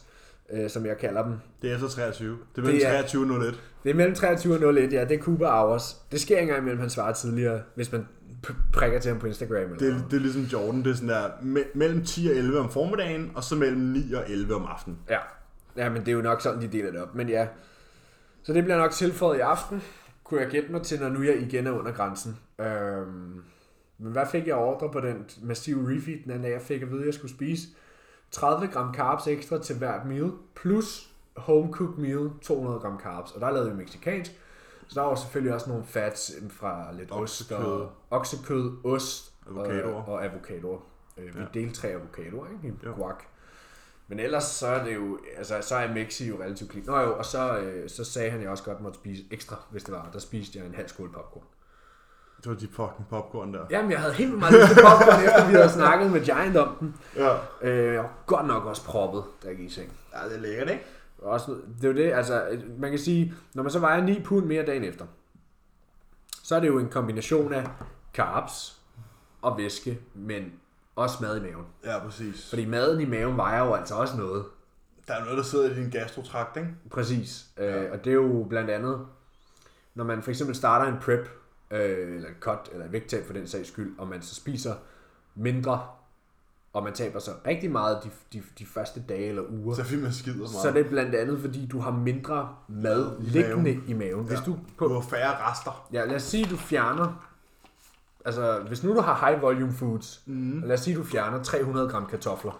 øh, som jeg kalder dem. Det er så treogtyve. Det er mellem treogtyve og nul et. Det er mellem treogtyve og nul et, ja. Det er Cooper Hours. Det sker engang imellem, han svarer tidligere, hvis man prikker til ham på Instagram. Eller det, det er ligesom Jordan. Det er sådan der me- mellem ti og elleve om formiddagen, og så mellem ni og elleve om aftenen. Ja. Ja, men det er jo nok sådan, de deler det op. Men ja, så det bliver nok tilføjet i aften. Kunne jeg gætte mig til, når nu jeg igen er under grænsen. Øhm, men hvad fik jeg ordre på den massive refeed, den anden dag, jeg fik at vide, at jeg skulle spise tredive gram carbs ekstra til hvert meal, plus home cooked meal, to hundrede gram carbs. Og der lavede vi mexicansk, så der var selvfølgelig også nogle fats fra lidt ost og oksekød, ost avocadoer. og, og avocadoer. Vi ja. delte tre avocadoer, ikke? I guac. Ja. Men ellers så er det jo, altså så er Mexi jo relativt clean. Nå jo, og så, øh, så sagde han, at jeg også godt måtte spise ekstra, hvis det var. Der spiste jeg en halv skål popcorn. Det var de fucking popcorn der. Jamen, jeg havde helt meget lyst til popcorn, efter vi havde snakket med Giant om den. Ja. Øh, jeg var godt nok også proppet, da jeg gik i seng. Ja, det er lækkert, ikke? Også, det er jo det, altså, man kan sige, når man så vejer ni pund mere dagen efter, så er det jo en kombination af carbs og væske, men også mad i maven. Ja, præcis. Fordi maden i maven vejer jo altså også noget. Der er noget, der sidder i din gastrotrakt, ikke? Præcis. Ja. Øh, og det er jo blandt andet, når man for eksempel starter en prep, øh, eller et cut, eller et vægttab for den sags skyld, og man så spiser mindre, og man taber så rigtig meget de, de, de første dage eller uger. Så er man skider meget. Så er det blandt andet, fordi du har mindre mad I liggende maven. i maven. Hvis Ja. du, på, Du har færre rester. ja, lad os sige, du fjerner, altså hvis nu du har high volume foods, mm. lad os sige, du fjerner tre hundrede gram kartofler.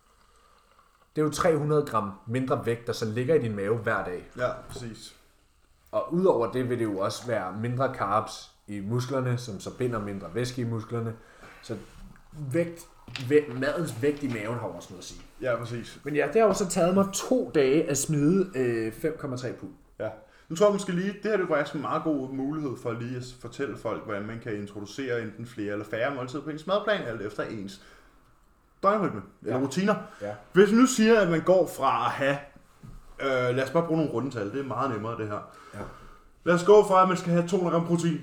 Det er jo tre hundrede gram mindre vægt, der så ligger i din mave hver dag. Ja, præcis. Og udover det vil det jo også være mindre carbs i musklerne, som så binder mindre væske i musklerne. Så vægt, vægt, madens vægt i maven har også noget at sige. Ja, præcis. Men ja, det har jo så taget mig to dage at smide øh, fem komma tre pund. Ja. Nu tror jeg måske lige, det her det er faktisk en meget god mulighed for lige at fortælle folk, hvordan man kan introducere enten flere eller færre måltider på ens madplan, alt efter ens døgnrytme eller Ja. rutiner. Ja. Hvis vi nu siger, at man går fra at have, øh, lad os bare bruge nogle rundetal, det er meget nemmere det her. Ja. Lad os gå fra, at man skal have to hundrede gram protein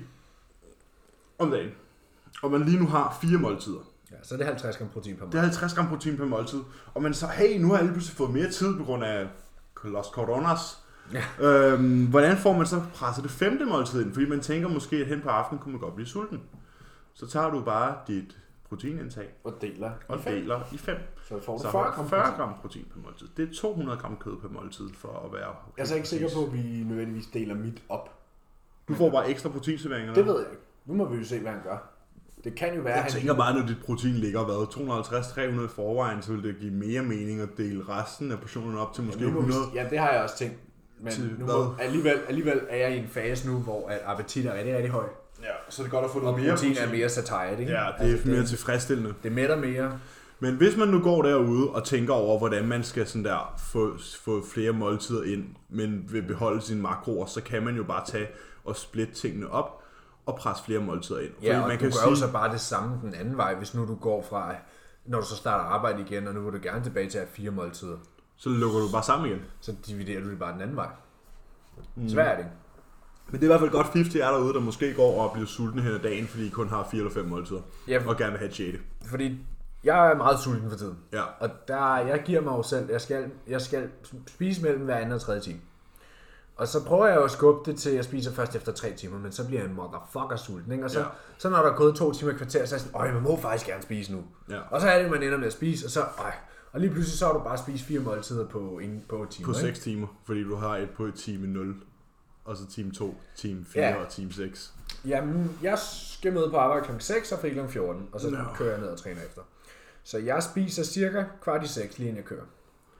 om dagen, og man lige nu har fire måltider. Ja, så er det halvtreds gram protein per Det måltid. er halvtreds gram protein per måltid, og man så, hey, nu har jeg lige pludselig fået mere tid på grund af Los Coronas. Ja. Øhm, hvordan får man så presset det femte måltid ind? Fordi man tænker måske, at hen på aftenen kunne man godt blive sulten. Så tager du bare dit proteinindtag Og deler. og deler i fem. Så får du Så fyrre har gram du fyrre protein. gram protein per måltid. Det er to hundrede gram kød per måltid for at være... Jeg er så ikke sikker på, at vi nødvendigvis deler mit op. Du får bare ekstra proteinserveringer. Det ved jeg ikke. Nu må vi jo se, hvad han gør. Det kan jo være, Jeg at tænker bare, når dit protein ligger hvad, to hundrede og halvtreds til tre hundrede i forvejen, så vil det give mere mening at dele resten af portionen op til måske Ja, nu må vi- hundrede. Ja, det har jeg også tænkt. Men Til nu hvad? må, alligevel, alligevel er jeg i en fase nu, hvor at appetit er rigtig, rigtig høj. Ja, så er det godt at få Og noget mere protein er mere satiet, ikke? Ja, det er Altså, mere tilfredsstillende. Det mætter mere. Men hvis man nu går derude og tænker over, hvordan man skal sådan der få, få flere måltider ind, men vil beholde sine makroer, så kan man jo bare tage og splitte tingene op og presse flere måltider ind. Ja, og man du gør jo så bare det samme den anden vej, hvis nu du går fra, når du så starter arbejde igen, og nu vil du gerne tilbage til at have fire måltider. så lukker du bare sammen igen. Så dividerer du det bare den anden vej. Mm. Svært er det ikke. Men det er i hvert fald godt halvtreds er derude, der måske går og bliver sultne hen ad dagen, fordi de kun har fire eller fem måltider. Ja, Og gerne vil have et sjette. fordi jeg er meget sulten for tiden. Ja. Og der, jeg giver mig jo selv, jeg skal, jeg skal spise mellem hver anden og tredje time. Og så prøver jeg jo at skubbe det til, at jeg spiser først efter tre timer, men så bliver jeg en motherfucker sulten, ikke? Og så, Ja. så når der er gået to timer i kvarter, så er jeg sådan, øj, man må faktisk gerne spise nu. Ja. Og så er det, man ender med at spise, og så, øj, og lige pludselig så har du bare spist fire måltider på, en, på et time, På ikke? seks timer, fordi du har et på et time nul, og så time to, time fire Ja. og time seks. Jamen, jeg skal møde på arbejde klokken seks og fri klokken fjorten, og så Nå. kører jeg ned og træner efter. Så jeg spiser cirka kvart i seks, lige inden jeg kører.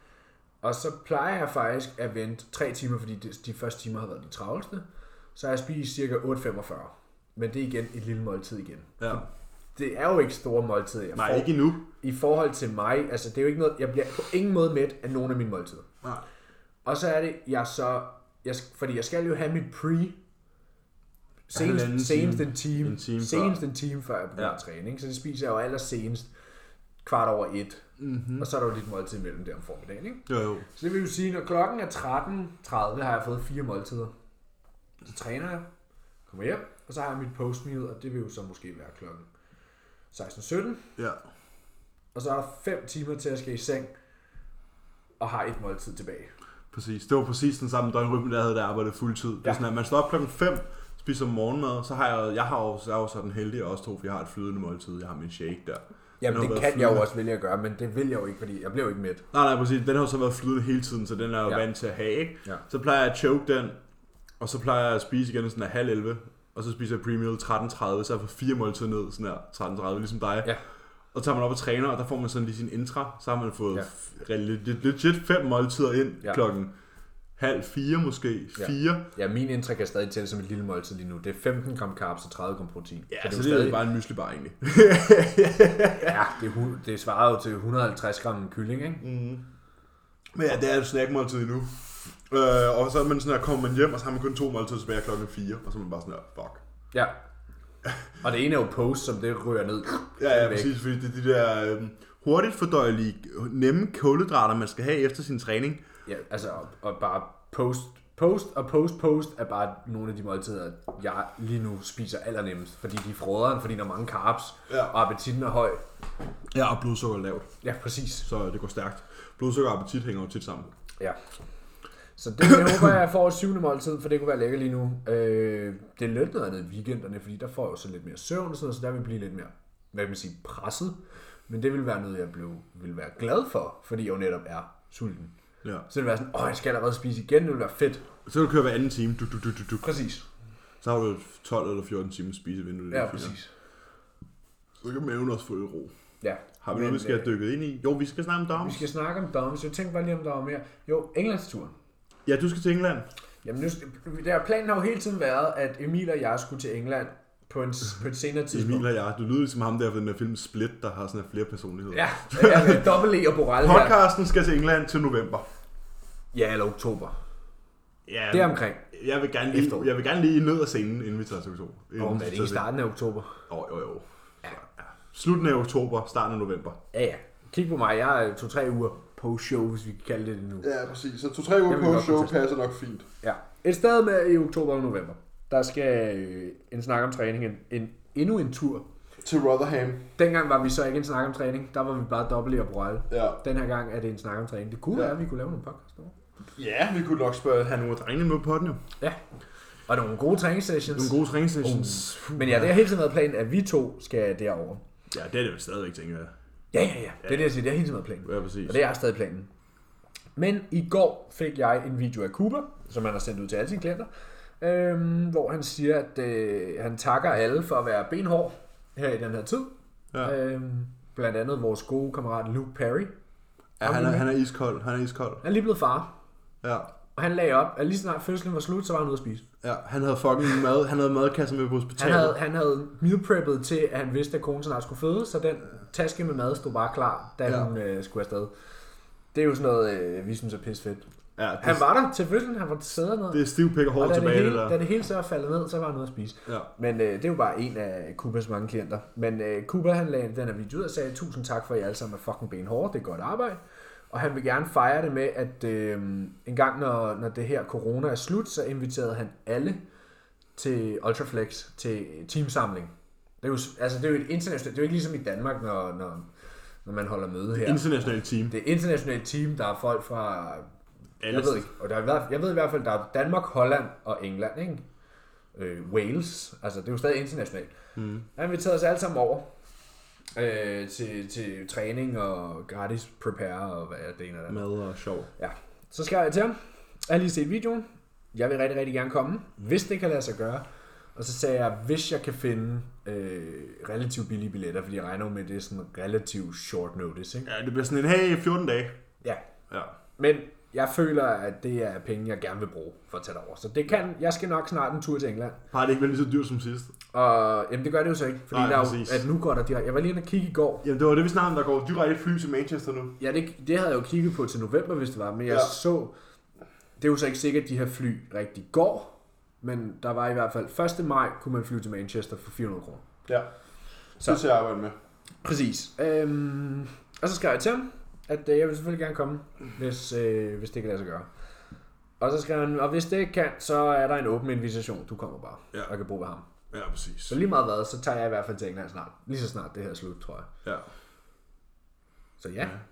Og så plejer jeg faktisk at vente tre timer, fordi de, de første timer har været de travleste. Så jeg spiser cirka otte femogfyrre. Men det er igen et lille måltid igen. Ja. Det er jo ikke store måltider, jeg Nej, får. ikke endnu. I forhold til mig, altså det er jo ikke noget, jeg bliver på ingen måde mæt af nogen af mine måltider. Nej. Og så er det, jeg så, jeg, fordi jeg skal jo have mit pre, senest, Halvanden senest time. en time, En time senest før. en time før jeg begynder Ja. at træne, ikke? Så det spiser jeg jo allersenest kvart over et, Mm-hmm. og så er der jo lidt måltid imellem der om formiddagen, ikke? Jo, jo. Så det vil jo sige, når klokken er tretten tredive, har jeg fået fire måltider. Så træner jeg, kommer hjem, og så har jeg mit postmeal, og det vil jo så måske være klokken seksten sytten. Ja. Og så er der fem timer til, at jeg skal i seng. og har et måltid tilbage. Præcis. Det var præcis den samme døgnrytme, der havde der arbejdet fuldtid. Ja. Det er sådan, at man står op klokken fem, spiser morgenmad, så har jeg, jeg har jo, jeg er jo sådan heldig også to, for jeg har et flydende måltid, jeg har min shake der. Jamen det kan flydende. Jeg jo også vælge at gøre, men det vil jeg jo ikke, fordi jeg bliver jo ikke mæt. Nej, nej, præcis. Den har jo så været flydende hele tiden, så den er jo ja. vant til at have, ikke? Ja. Så plejer jeg at choke den, og så plejer jeg at spise igen sådan af halv elleve, og så spiser jeg pre-meal tretten tredive, så jeg får fire måltider ned, sådan her tretten tredive, ligesom dig. Ja. Og så tager man op og træner, og der får man sådan lige sin intra, så har man fået ja. legit fem måltider ind ja. klokken halv fire måske, ja. fire. Ja, min indtræk er stadig til som et lille måltid lige nu. Det er femten gram carbs og tredive gram protein. Ja, så, så det er stadig bare en mysli bar egentlig. ja, det, det svarer jo til et hundrede og halvtreds gram kylling, ikke? Mm. Men ja, det er et snackmåltid endnu. Øh, og så er man sådan her, kommer man hjem, og så har man kun to måltider tilbage klokken fire, og så er man bare sådan her, fuck. Ja. Og det ene er jo post, som det rører ned. Ja, ja, præcis, fordi det er de der øh, hurtigt fordøjelige, nemme kulhydrater, man skal have efter sin træning. Ja, altså, og bare post, post og post-post er bare nogle af de måltider, jeg lige nu spiser allernemmest, fordi de er froderen, fordi der er mange carbs, ja. og appetitten er høj. Ja, og blodsukker er lavt. Ja, præcis. Så det går stærkt. Blodsukker og appetit hænger jo tit sammen. Ja. Så det jeg håber jeg får et syvende måltid, for det kunne være lækker lige nu. Øh, det er lidt noget andet i weekenderne, fordi der får jeg jo så lidt mere søvn og sådan noget, så der vil blive lidt mere, hvad kan man sige, presset. Men det vil være noget, jeg blev, vil være glad for, fordi jeg jo netop er sulten. Ja. Så det vil være sådan, åh, jeg skal allerede spise igen, det vil være fedt. Så kan du køre hver anden time. Du, du, du, du, du. Præcis. Så har du tolv eller fjorten timer spisevindue. Ja, præcis. Så kan maven også få lidt ro. Ja. Har vi noget, vi skal have dykket ind i? Jo, vi skal snakke om Doms. Vi skal snakke om Doms. Jeg tænkte bare lige, om der var mere. Jo, Englandsturen. Ja, du skal til England. Jamen, nu, der planen har jo hele tiden været, at Emil og jeg skulle til England på, en, på et senere tidspunkt. Emil og jeg, du lyder ligesom ham der for den der film Split, der har sådan flere personligheder. Ja, ja dobbelt E og Boral her. Podcasten skal til England til november. Ja, eller oktober. Ja, det er omkring. Jeg vil gerne lige, jeg vil gerne lige ned og scenen, inden vi tager til oktober. Åh, oh, men er det ikke i starten af oktober? Åh, oh, jo, jo. Ja. Ja. Slutningen af oktober, starten af november. Ja, ja. Kig på mig, jeg er to-tre uger post-show, hvis vi kan kalde det det nu. Ja, præcis. Så to-tre uger post-show passer nok fint. Ja. Et sted med i oktober og november. Der skal øh, en snak om træning, en, en, endnu en tur. Til Rotherham. Dengang var vi så ikke en snak om træning, der var vi bare dobbelt og Boral. Ja. Den her gang er det en snak om træning. Det kunne ja. være, at vi kunne lave nogle podcast over. Ja, vi kunne nok spørge, have nogle drenge med på den jo. Ja. Og nogle gode træningssessions. Nogle gode træningssessions. Uh. Men ja, det har hele tiden været planen, at vi to skal derover. Ja, det er det jo stadigvæk, tænker jeg. Ja, ja, ja. Det er det, jeg siger. Det har hele tiden været planen. Ja, præcis. Og det er stadig planen. Men i går fik jeg en video af Cooper, som han har sendt ud til alle sine klienter, øhm, hvor han siger, at øh, han takker alle for at være benhård her i den her tid. Ja. Øhm, blandt andet vores gode kammerat Luke Perry. Ja, han er, han er iskold. Han er iskold. Han er lige blevet far. Ja. Og han lagde op, at lige snart fødslen var slut, så var han ude at spise. Ja, han havde fucking mad, han havde madkasse med på hospitalet. Han havde, han havde meal preppet til, at han vidste, at konen snart skulle føde, så den taske med mad stod bare klar, da ja. hun øh, skulle afsted. Det er jo sådan noget, øh, vi synes er pisse fedt. Ja, det, han var der til fødslen, han var til sæder ned. Det er stiv pik og hår tilbage, det, hele, det der. Da det hele så var faldet ned, så var han ude at spise. Ja. Men øh, det er jo bare en af Coopers mange klienter. Men øh, Cooper, han lagde den her video ud og sagde, tusind tak for, at I alle sammen er fucking benhårde, det er godt arbejde. Og han vil gerne fejre det med, at øh, en gang når, når det her corona er slut, så inviterede han alle til Ultraflex, til teamsamling. Det er jo, altså, det er jo et internationalt, det er jo ikke ligesom i Danmark, når, når, når man holder møde her. Internationalt team. Det er et internationalt team, der er folk fra, jeg ved ikke, og der er, jeg ved i hvert fald, der er Danmark, Holland og England, ikke? Øh, Wales, altså det er jo stadig internationalt. Mm. Han inviterede os alle sammen over. Øh, til, til træning og gratis prepare og hvad det ene er der. Mad og sjov. Ja. Så skrev jeg til ham. Jeg har lige set videoen. Jeg vil rigtig, rigtig gerne komme, hvis det kan lade sig gøre. Og så sagde jeg, hvis jeg kan finde øh, relativt billige billetter, fordi jeg regner med, at det er sådan relativt short notice. Ikke? Ja, det bliver sådan en, hey, fjorten dage. Ja. Ja. Men jeg føler, at det er penge, jeg gerne vil bruge for at tage det over. Så det kan, jeg skal nok snart en tur til England. Har det ikke været lige så dyrt som sidst? Og jamen, det gør det jo så ikke. Fordi Nej, der er jo, at nu går der direkte. Jeg var lige inde og kigge i går. Jamen, det var det, vi snakkede om, der går direkte fly til Manchester nu. Ja, det, det havde jeg jo kigget på til november, hvis det var. Men jeg ja. så, det er jo så ikke sikkert, at de her fly rigtig går. Men der var i hvert fald første maj, kunne man flyve til Manchester for fire hundrede kroner. Ja, så det skal jeg arbejde med. Præcis. Øhm, og så skrev jeg til ham, at øh, jeg vil selvfølgelig gerne komme, hvis, øh, hvis det kan lade sig gøre. Og så skrev han, og hvis det ikke kan, så er der en åben invitation. Du kommer bare, ja. Og kan bo ved ham. Ja, præcis. Så lige meget hvad, så tager jeg i hvert fald til England snart. Lige så snart det her er slut, tror jeg. Ja. Så ja. ja.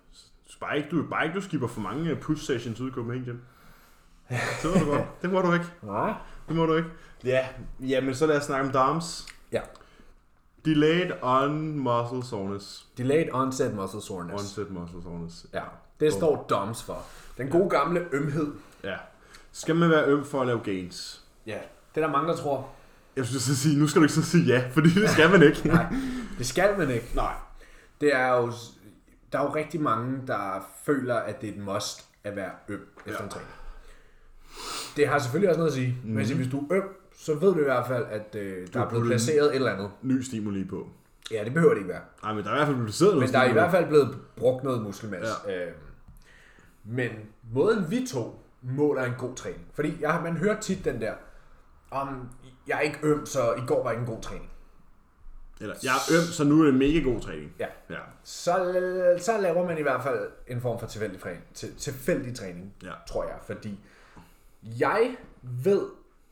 Bare ikke, du, bare ikke, du skipper for mange push sessions ud i Copenhagen Gym. Det må du godt. Det må du ikke. Nej. Det må du ikke. Ja, ja, men så lad os snakke om DOMS. Ja. Delayed on muscle soreness. Delayed onset muscle soreness. Onset muscle soreness. Ja, det står D O M S for. Den gode gamle ømhed. Ja. Skal man være øm for at lave gains? Ja, det er der mange, der tror. Jeg synes så sige, nu skal du ikke så sige ja, fordi det skal man ikke. Nej, det skal man ikke. Nej. Det er jo, der er jo rigtig mange, der føler, at det er et must at være øm efter Ja. en træning. Det har selvfølgelig også noget at sige. Mm-hmm. Men hvis du er øm, så ved du i hvert fald, at øh, der er blevet placeret et eller andet. Ny stimuli på. Ja, det behøver det ikke være. Nej, men der er i hvert fald blevet placeret noget Men der er i stimuli. hvert fald blevet brugt noget muskelmasse. Ja. Øh, men måden vi to måler en god træning. Fordi jeg, man hører tit den der, om jeg er ikke øm, så i går var ikke en god træning. Eller, jeg er øm, så nu er det en mega god træning. Ja. Ja. Så, så laver man i hvert fald en form for tilfældig træning, til, tilfældig træning, Ja. tror jeg. Fordi jeg ved,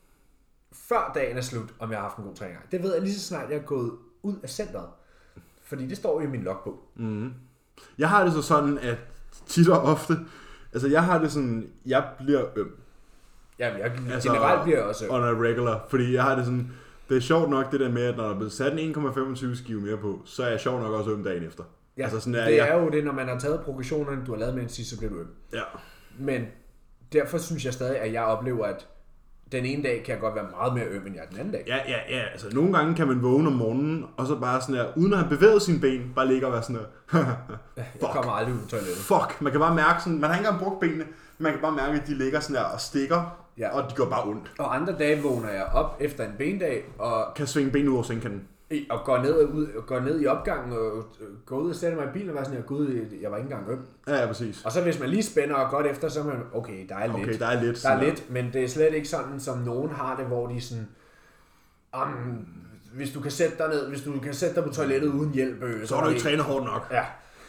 før dagen er slut, om jeg har haft en god træning. Det ved jeg lige så snart, jeg er gået ud af centret. Fordi det står jo i min logbog. Mm. Jeg har det så sådan, at tit og ofte, altså jeg har det sådan, jeg bliver øm. Ja, jeg Altså, generelt bliver jeg også øm. On a regular, fordi jeg har det sådan, det er sjovt nok det der med, at når der er blevet sat en en komma femogtyve skive mere på, så er jeg sjovt nok også øm dagen efter. Ja, altså sådan, det jeg, er jo det, når man har taget progressionerne, du har lavet med en sidst, så bliver du øm. Ja. Men derfor synes jeg stadig, at jeg oplever, at den ene dag kan jeg godt være meget mere øm, end jeg er den anden dag. Ja, ja, ja, altså nogle gange kan man vågne om morgenen, og så bare sådan her, uden at have bevæget sine ben, bare ligge og være sådan her, Jeg kommer aldrig ud på toilettet. fuck, man kan bare mærke sådan, man har ikke engang brugt benene, man kan bare mærke, at de ligger sådan her og stikker, Ja. og de går bare ondt. Og andre dage vågner jeg op efter en bendag, og Kan svinge benene ud over sengkanten. og går ned, og ud, og går ned i opgangen og går ud og sætter mig i bilen og var sådan her, gud, jeg var ikke engang øm. Ja, ja, præcis. Og så hvis man lige spænder godt efter, så er man, okay, der er lidt. Okay, der er lidt. Der er sådan lidt, men det er slet ikke sådan, som nogen har det, hvor de er sådan, um, hvis du kan sætte dig ned, hvis du kan sætte dig på toilettet uden hjælp, øh, Så har du ikke trænet hårdt nok. Ja.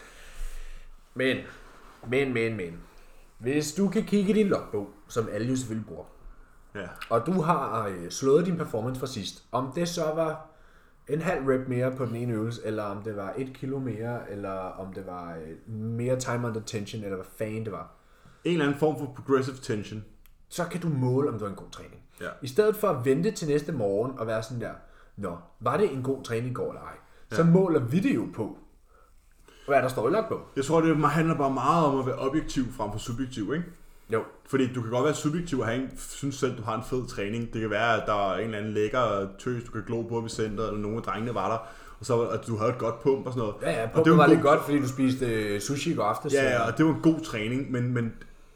Men, men, men, men. Hvis du kan kigge i din logbog, som alle jo selvfølgelig bruger, Ja. og du har øh, slået din performance fra sidst, om det så var en halv rep mere på den ene øvelse, eller om det var et kilo mere, eller om det var øh, mere time under tension, eller hvad fanden det var, En eller anden form for progressive tension. så kan du måle, om det var en god træning. Ja. I stedet for at vente til næste morgen og være sådan der, nå, var det en god træning i går eller ej? Så måler vi det jo på, hvad der står i logbog. Jeg tror, det handler bare meget om at være objektiv frem for subjektiv, ikke? Jo. Fordi du kan godt være subjektiv og have en, synes selv, du har en fed træning. Det kan være, at der er en eller anden lækker tøs, du kan glo på ved centret, eller nogle af drengene var der, og så at du havde et godt pump og sådan noget. Ja, ja, og pumpet var lidt godt, fordi du spiste øh, sushi i går aftes. Ja, ja, og det var en god træning, men, men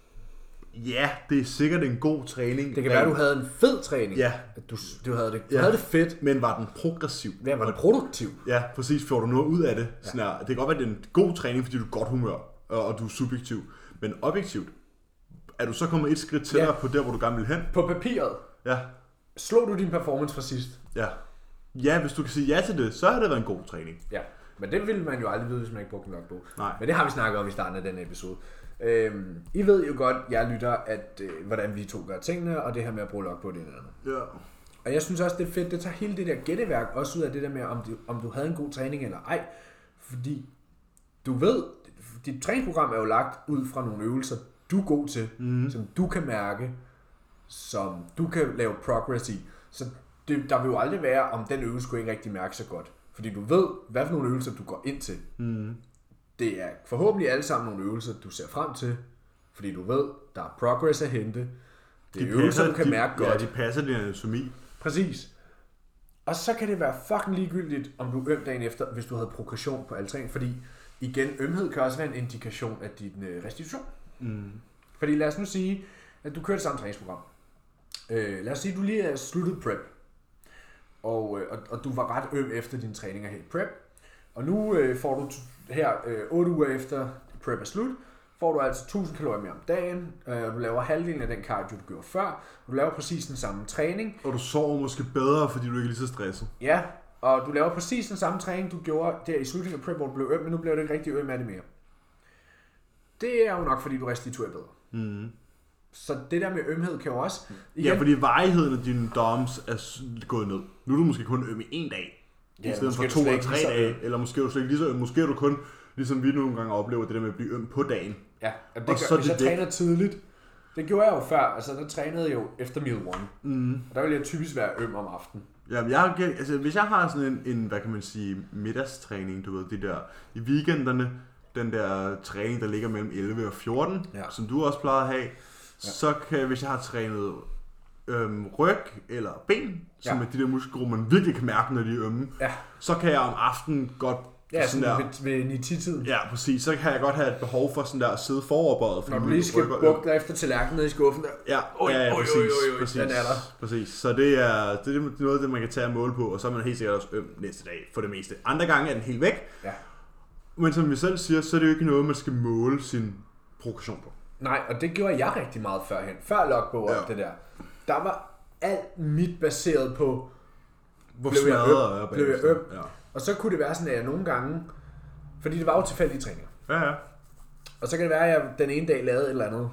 ja, det er sikkert en god træning. Det kan være, at du havde en fed træning. Ja. At du, du havde det, du Ja. havde det fedt. Men var den progressiv? Ja, var det produktiv? Ja, præcis. Får du noget ud af det? Sådan her. Det kan godt være, at det er en god træning, fordi du er godt humør, og, og du er subjektiv. Men objektivt, er du så kommet et skridt tættere Ja. på der, hvor du gerne vil hen? På papiret, Ja. slog du din performance fra sidst? Ja. Ja, hvis du kan sige ja til det, så har det været en god træning. Ja. Men det ville man jo aldrig vide, hvis man ikke brugte en logbog. Nej. Men det har vi snakket om i starten af den episode. Øhm, I ved jo godt, jeg lytter, at øh, hvordan vi to gør tingene, og det her med at bruge logbog, det er noget andet. Ja. Og jeg synes også, det er fedt, det tager hele det der gætteværk også ud af det der med, om du, om du havde en god træning eller ej. Fordi du ved, dit træningsprogram er jo lagt ud fra nogle øvelser, du er god til, mm. som du kan mærke, som du kan lave progress i. Så det, der vil jo aldrig være, om den øvelse kunne ikke rigtig mærke så godt. Fordi du ved, hvad for nogle øvelser du går ind til. Mm. Det er forhåbentlig alle sammen nogle øvelser, du ser frem til. Fordi du ved, der er progress at hente. Det er de øvelser, passer, du kan de, mærke godt. Ja, de passer din anatomi. Præcis. Og så kan det være fucking ligegyldigt, om du er øm dagen efter, hvis du havde progression på alle træning. Fordi igen, ømhed kan også være en indikation af din øh, restitution. Mm. Fordi lad os nu sige, at du kører det samme træningsprogram. Øh, lad os sige, at du lige er sluttet prep. Og, øh, og, og du var ret øm efter din træning af helt prep. Og nu øh, får du t- her øh, otte uger efter prep er slut, får du altså tusind kalorier mere om dagen. Øh, du laver halvdelen af den cardio, du gjorde før. Du laver præcis den samme træning. Og du sover måske bedre, fordi du ikke er lige så stresset. Ja, og du laver præcis den samme træning, du gjorde der i slutningen af prep, hvor du blev øm, men nu bliver du ikke rigtig øm af det mere. Det er jo nok, fordi du restituerer bedre. Mm. Så det der med ømhed kan jo også... Igen, ja, fordi varigheden af dine D O M S er gået ned. Nu er du måske kun øm i en dag, ja, i stedet for to eller tre dage. Eller måske er du slet ikke lige så øm. Måske er du kun Ligesom vi nogle gange oplever det der med at blive øm på dagen. Ja, det og gør, så hvis det jeg væk. træner tidligt, det gjorde jeg jo før, altså der trænede jeg jo efter meal one. Mm. Og der ville jeg typisk være øm om aftenen. Jamen, jeg, altså, hvis jeg har sådan en, en, hvad kan man sige, middagstræning, du ved, de der, i weekenderne, den der træning, der ligger mellem elleve og fjorten, ja. som du også plejer at have, ja. så kan, hvis jeg har trænet øhm, ryg eller ben, som ja. er de der muskelgrupper, man virkelig kan mærke, når de er ømme, ja. så kan jeg om aftenen godt... Ja, sådan der, ved, ved ni ti tiden. Ja, præcis. Så kan jeg godt have et behov for sådan der at sidde foroverbøjet. Når du lige skal bukke dig efter tallerkenen nede i skuffen der. Ja, oj, ja, ja, præcis. Oj, oj, oj, præcis, den er der. præcis. Så det er, det er noget af det, man kan tage og måle på, og så er man helt sikkert også øm næste dag for det meste. Andre gange er den helt væk. Ja. Men som vi selv siger, så er det jo ikke noget, man skal måle sin progression på. Nej, og det gjorde jeg rigtig meget førhen. Før logbog og ja. det der. Der var alt mit baseret på, hvor blev jeg øm. øm. Blev jeg øm. Ja. Og så kunne det være sådan, at jeg nogle gange, fordi det var jo tilfældige træninger. Ja, ja. Og så kan det være, at jeg den ene dag lavede et eller andet,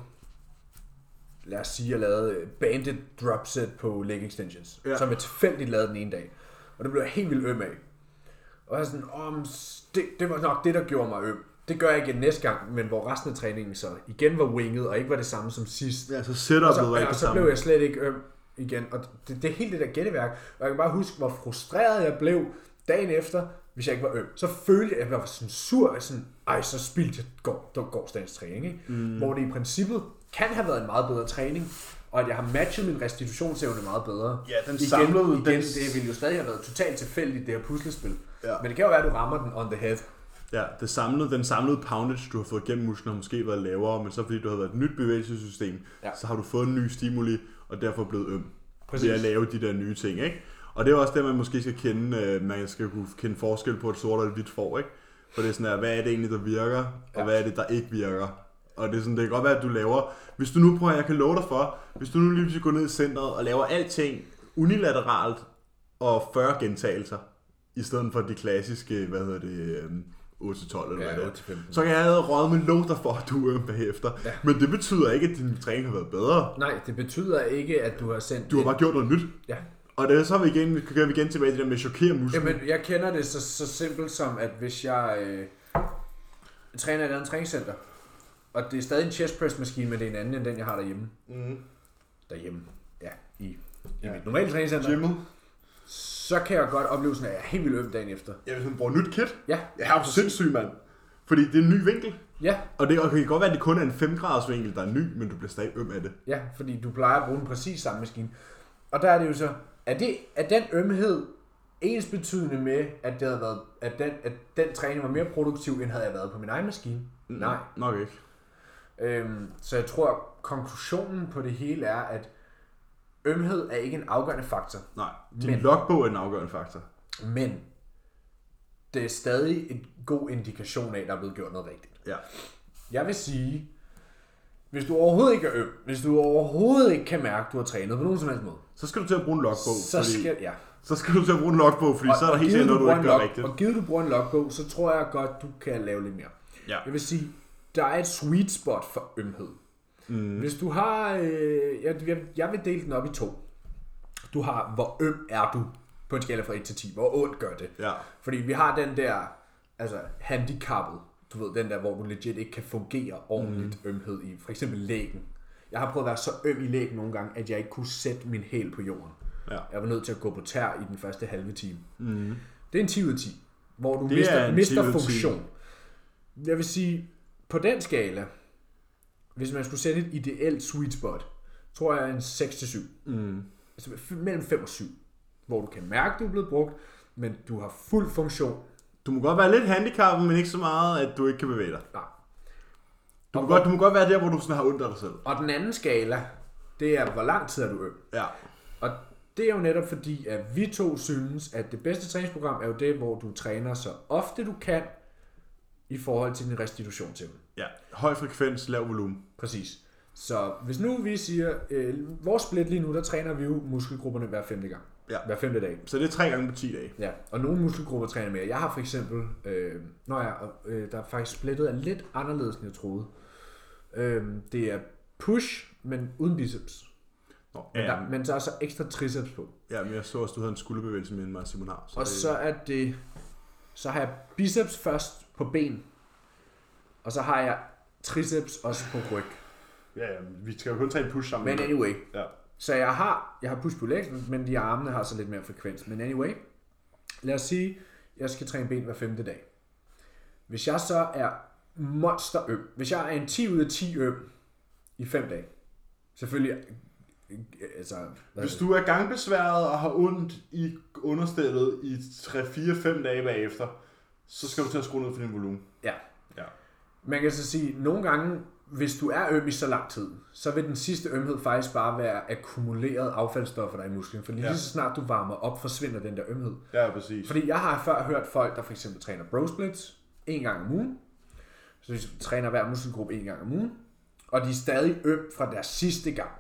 lad os sige, at jeg lavede banded drop set på leg extensions, ja. som jeg tilfældigt lavede den ene dag. Og det blev jeg helt vildt øm af. Og jeg sådan, oh, det, det var nok det, der gjorde mig øm. Det gør jeg igen næste gang, men hvor resten af træningen så igen var winget, og ikke var det samme som sidst. Ja, så setup og så, blev ja, ikke og det så samme. blev jeg slet ikke øm igen. Og det, det er helt det der gætteværk. Og jeg kan bare huske, hvor frustreret jeg blev dagen efter, hvis jeg ikke var øm. Så følte jeg, at jeg var sådan sur, sådan, ej, så spildte jeg går, gårsdagens træning. Ikke? Mm. Hvor det i princippet kan have været en meget bedre træning, og at jeg har matchet min restitutionsevne meget bedre. Ja, den samlede... Igen, igen den... det ville jo stadig have været totalt tilfældigt, det her puslespil. Ja. Men det kan jo være, at du rammer den on the head. Ja, det samlede, den samlede poundage, du har fået gennem musklen, har måske været lavere, men så fordi du har været et nyt bevægelsessystem, ja. så har du fået en ny stimuli, og derfor blevet øm. Præcis. Ved at lave de der nye ting, ikke? Og det er også det, man måske skal kende, man skal kunne kende forskel på et sort og et hvidt får, ikke? For det er sådan her, hvad er det egentlig, der virker, og ja. hvad er det, der ikke virker? Og det er sådan, det kan godt være, at du laver, hvis du nu prøver, jeg kan love dig for, hvis du nu lige pludselig går ned i centret og laver alting unilateralt og fyrre gentagelser, i stedet for de klassiske, hvad hedder det, otte til tolv eller ja, hvad det er, så kan jeg have råd med lov dig for, at du er bagefter. Ja. Men det betyder ikke, at din træning har været bedre. Nej, det betyder ikke, at du har sendt... Du har bare gjort noget nyt. Ja. Og det, så er vi igen, kan vi igen tilbage til det med at chokere musklen. Jamen, jeg kender det så, så simpelt som, at hvis jeg øh, træner i et andet træningscenter, og det er stadig en chest press maskine, men det er en anden end den, jeg har derhjemme. Mm. Derhjemme, ja, i, i ja. mit normale træningscenter. Gymmet. Så kan jeg godt opleve sådan, at jeg er helt vildt øm dagen efter. Ja, hvis man bruger nyt kit. Ja. Jeg er jo sindssyg, mand. Fordi det er en ny vinkel. Ja. Og det, og det kan godt være, at det kun er en fem graders vinkel, der er ny, men du bliver stadig øm af det. Ja, fordi du plejer at bruge den præcis samme maskine. Og der er det jo så, er, det, er den ømhed ens betydende med, at, det havde været, at, den, at den træning var mere produktiv, end havde jeg været på min egen maskine? Mm, Nej. Nok ikke. Øhm, så jeg tror, at konklusionen på det hele er, at ømhed er ikke en afgørende faktor. Nej, din men, logbog er en afgørende faktor. Men det er stadig en god indikation af, at der er blevet gjort noget rigtigt. Ja. Jeg vil sige, hvis du overhovedet ikke er øm, hvis du overhovedet ikke kan mærke, at du har trænet på nogen som helst måde, så skal du til at bruge en logbog. Så fordi, skal, ja. så skal du til at bruge en logbog, fordi og, så er der helt sikkert noget, du ikke gør log, rigtigt. Og givet du bruger en logbog, så tror jeg godt, du kan lave lidt mere. Ja. Jeg vil sige, der er et sweet spot for ømhed. Mm. Hvis du har, øh, jeg, jeg, jeg vil dele den op i to. Du har, hvor øm er du på en skala fra et til ti, hvor ondt gør det. Ja. Fordi vi har den der, altså handicappet, du ved, den der, hvor du legit ikke kan fungere ordentligt mm. ømhed i, for eksempel lægen. Jeg har prøvet at være så øm i lægen nogle gange, at jeg ikke kunne sætte min hæl på jorden. Ja. Jeg var nødt til at gå på tær i den første halve time. Mm. Det er en ti ud af ti, hvor du det mister, mister funktion. Jeg vil sige, på den skala, hvis man skulle sætte et ideelt sweet spot, tror jeg en seks til syv. Mm. Altså mellem fem og syv. Hvor du kan mærke, at du er blevet brugt, men du har fuld funktion. Du må godt være lidt handicappet, men ikke så meget, at du ikke kan bevæge dig. Nej. Du må, godt, du må godt være der, hvor du sådan har ondt af dig selv. Og den anden skala, det er, hvor lang tid er du øm. Ja. Og det er jo netop fordi, at vi to synes, at det bedste træningsprogram er jo det, hvor du træner så ofte du kan, i forhold til din restitutionsevne. Ja, høj frekvens, lav volumen. Præcis. Så hvis nu vi siger, øh, vores split lige nu, der træner vi jo muskelgrupperne hver femte gang. Ja. Hver femte dag. Så det er tre gange på ti dage. Ja, og nogle muskelgrupper træner mere. Jeg har for eksempel, øh, når jeg, øh, der er faktisk splittet af lidt anderledes, end jeg troede. Øh, det er push, men uden biceps. Nå, men, der, men så er så ekstra triceps på. Ja, men jeg så også, du havde en skulderbevægelse med mig, Simon har. Så og det... så er det, så har jeg biceps først på ben, Og så har jeg triceps også på ryg. Ja, ja, vi skal jo kun tage en push sammen. Men anyway. Ja. Så jeg har, jeg har push på legs, men de armene har så lidt mere frekvens. Men anyway, lad os sige, jeg skal træne ben hver femte dag. Hvis jeg så er monster øm, hvis jeg er en ti ud af ti øm i fem dage, selvfølgelig, altså... Hvis du er gangbesværet og har ondt i understillet i tre fire fem dage bagefter, så skal du til at skrue ned for din volumen. Ja. Ja. Man kan så sige, nogle gange, hvis du er øm i så lang tid, så vil den sidste ømhed faktisk bare være akkumuleret affaldsstoffer der i musklen. For lige ja. så snart du varmer op, forsvinder den der ømhed. Ja, præcis. Fordi jeg har før hørt folk, der for eksempel træner bro splits en gang om ugen. Så de træner hver muskelgruppe en gang om ugen. Og de er stadig øm fra deres sidste gang.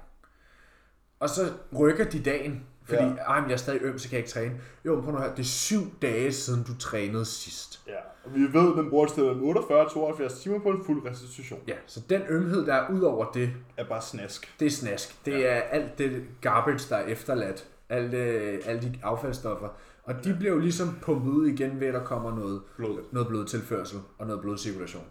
Og så rykker de dagen, fordi ja. Ej, men jeg er stadig øm, så kan jeg ikke træne. Jo, men prøv at høre, det er syv dage siden du trænede sidst. Ja, og vi ved, at den bruger et sted om otteogfyrre til tooghalvfjerds timer på en fuld restitution. Ja, så den ømhed, der er ud over det, er bare snask. Det er snask. Det ja. er alt det garbage, der er efterladt. Alle, alle de affaldsstoffer. Og de ja. bliver jo ligesom pumpet ud igen ved, at der kommer noget, blod. noget blodtilførsel og noget blodcirkulation.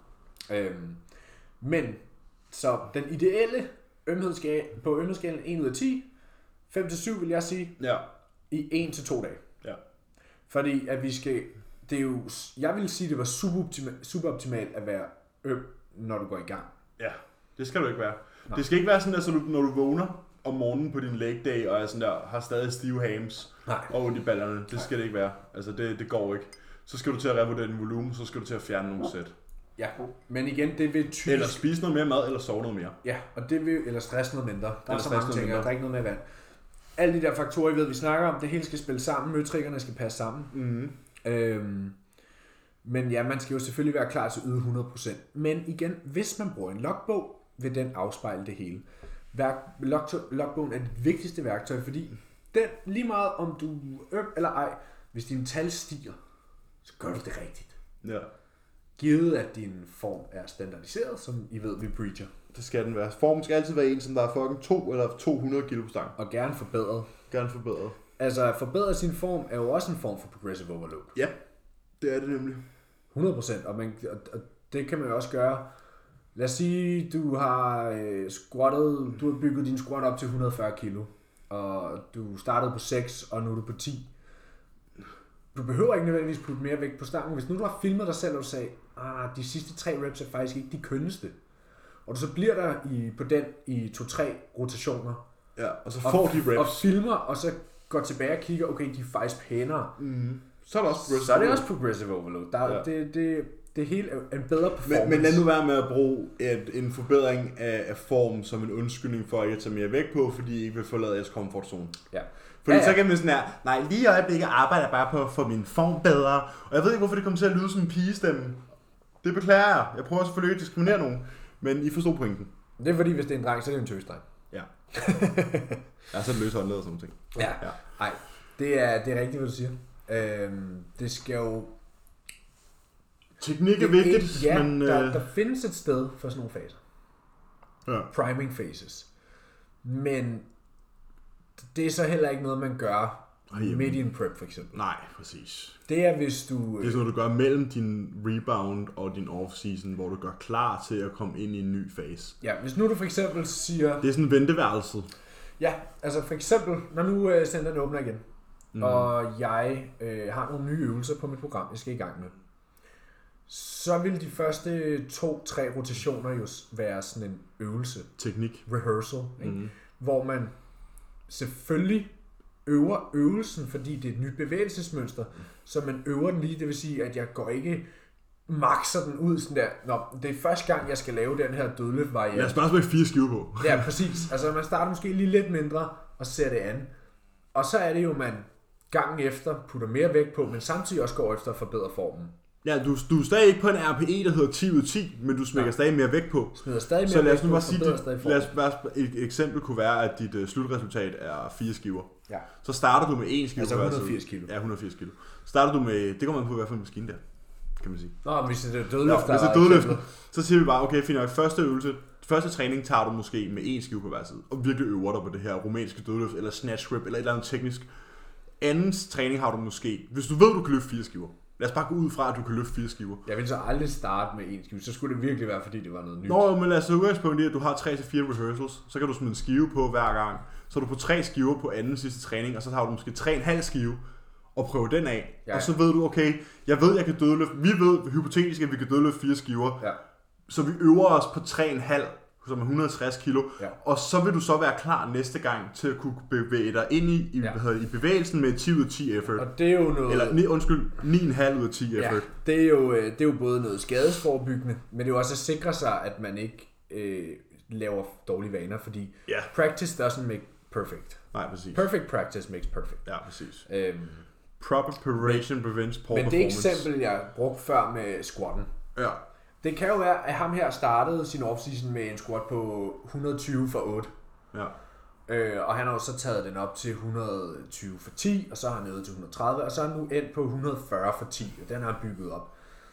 Øhm, men, så den ideelle ømhedsskala på ømhedsskalen en ud af ti, fem til syv vil jeg sige, ja. i en til to dage. Ja. Fordi at vi skal, det er jo, jeg vil sige, det var suboptimalt, suboptimalt at være øm, når du går i gang. Ja, det skal du ikke være. Nej. Det skal ikke være sådan, at så du, når du vågner om morgenen på din leg day, og er sådan der, har stadig stive hams Nej. og ondt i ballerne. Det skal Nej. det ikke være. Altså, det, det går ikke. Så skal du til at revurdere din volumen, så skal du til at fjerne nogle sæt. Ja, men igen, det vil typisk... Eller spise noget mere mad, eller sove noget mere. Ja, og det vil... Eller stress noget mindre. Der eller er så mange ting, og drikke noget mere vand. Alle de der faktorer, I ved, vi snakker om, det hele skal spille sammen, møtrikkerne skal passe sammen. Mm-hmm. Øhm, men ja, man skal jo selvfølgelig være klar til at yde hundrede procent. Men igen, hvis man bruger en logbog, vil den afspejle det hele. Logbogen er det vigtigste værktøj, fordi den, lige meget om du er øm eller ej, hvis dine tal stiger, så gør du det rigtigt. Ja. Givet at din form er standardiseret, som I ved, vi preacher. Det skal den være. Formen skal altid være en, som der er fucking to eller to hundrede kilo på stang. Og gerne forbedret. Gerne forbedret. Altså at forbedre sin form er jo også en form for progressive overload. Ja, det er det nemlig. hundrede procent, og, man, og det kan man jo også gøre. Lad os sige, du har øh, squattet, du har bygget din squat op til et hundrede og fyrre kilo, og du startede på seks, og nu er du på ti. Du behøver ikke nødvendigvis putte mere vægt på stangen. Hvis nu du har filmet dig selv, og du sagde, ah, de sidste tre reps er faktisk ikke de kønneste, og du så bliver der i, på den i to-tre rotationer, ja, og så får og, de reps, og filmer, og så går tilbage og kigger, okay, de er faktisk pænere. Mm. Så er det også progressive, så er det også progressive overload. Der, ja. det, det, det hele er en bedre performance. Men, men lad nu være med at bruge et, en forbedring af, af form som en undskyldning for at ikke tage mere vægt på, fordi I ikke vil forlade jeres comfort zone. Ja. Fordi ja, ja. så kan man sådan her, nej, lige i øjeblikket arbejder jeg bare på at få min form bedre. Og jeg ved ikke, hvorfor det kommer til at lyde som en pigestemme. Det beklager jeg. Jeg prøver selvfølgelig ikke at diskriminere nogen, men I forstod pointen. Det er fordi, hvis det er en dreng, så er det en tøsdreng. Ja. Ja, så er det løs håndled og sådan noget. Ja, ja. Nej, det er, det er rigtigt, hvad du siger. Øhm, det skal jo... Teknik er vigtigt, ja, men... Der, øh... der findes et sted for sådan nogle faser. Ja. Priming phases. Men det er så heller ikke noget, man gør Ej, midt i en prep, for eksempel. Nej, præcis. Det er, hvis du... Det er sådan noget, du gør mellem din rebound og din off-season, hvor du gør klar til at komme ind i en ny fase. Ja, hvis nu du for eksempel siger... Det er sådan en venteværelse. Ja, altså for eksempel, når nu øh, sender den åbner igen, mm. og jeg øh, har nogle nye øvelser på mit program, jeg skal i gang med, så vil de første to-tre rotationer jo være sådan en øvelse. Teknik. Rehearsal. Ikke? Mm. Hvor man selvfølgelig øver øvelsen, fordi det er et nyt bevægelsesmønster, så man øver den lige, det vil sige, at jeg går ikke makser den ud sådan der, nå, det er første gang, jeg skal lave den her dødløft variant. Lad os bare smække fire skiver på. Ja, præcis. Altså man starter måske lige lidt mindre, og ser det an. Og så er det jo, man gangen efter putter mere vægt på, men samtidig også går efter at forbedre formen. Ja, du, du er stadig ikke på en R P E, der hedder ti ud af ti, men du smækker ja. stadig mere vægt på. Smider stadig mere så lad os nu vægt bare på, sige, dit, lad os bare, et eksempel kunne være, at dit uh, slutresultat er fire skiver. Ja. Så starter du med en skive. Altså et hundrede og firs kilo. Ja, et hundrede og firs kilo. Starter du med, det kommer man på i hvert fald en maskine der, kan man sige. Nå, hvis det er dødløft, ja, hvis det er dødløften, så siger vi bare, okay, fint nok, første øvelse, første træning tager du måske med en skive på hver side, og virkelig øver dig på det her rumænske dødløft, eller snatch grip, eller et eller andet teknisk. Andens træning har du måske, hvis du ved, du kan løfte fire skiver, Lad os bare gå ud fra, at du kan løfte fire skiver. Jeg vil så aldrig starte med en skive. Så skulle det virkelig være, fordi det var noget nyt. Nå, men lad os tage udgangspunkt i, at du har tre til fire rehearsals. Så kan du smide en skive på hver gang. Så er du på tre skiver på anden sidste træning, og så har du måske tre og en halv skive og prøve den af. Ja. Og så ved du, okay, jeg ved, jeg kan dødløfte. Vi ved hypotetisk, at vi kan dødløfte fire skiver. Ja. Så vi øver os på tre og en halv, som er et hundrede og tres kilo. Ja. Og så vil du så være klar næste gang til at kunne bevæge dig ind i, i, ja. hvad hedder, i bevægelsen med ti ud af ti effort. Og det er jo noget... Eller, undskyld, ni komma fem ud af ti effort. Ja, det er, jo, det er jo både noget skadesforebyggende, men det er jo også at sikre sig, at man ikke øh, laver dårlige vaner, fordi ja. practice doesn't make perfect. Nej, præcis. Perfect practice makes perfect. Ja, præcis. Øhm, Proper preparation prevents poor men performance. Men det eksempel, jeg brugte før med squatten, ja. det kan jo være, at ham her startede sin offseason med en squat på et hundrede og tyve for otte. Ja. Øh, og han har jo så taget den op til et hundrede og tyve for ti, og så er han nede til et hundrede og tredive, og så er han nu endt på et hundrede og fyrre for ti, og den har han bygget op.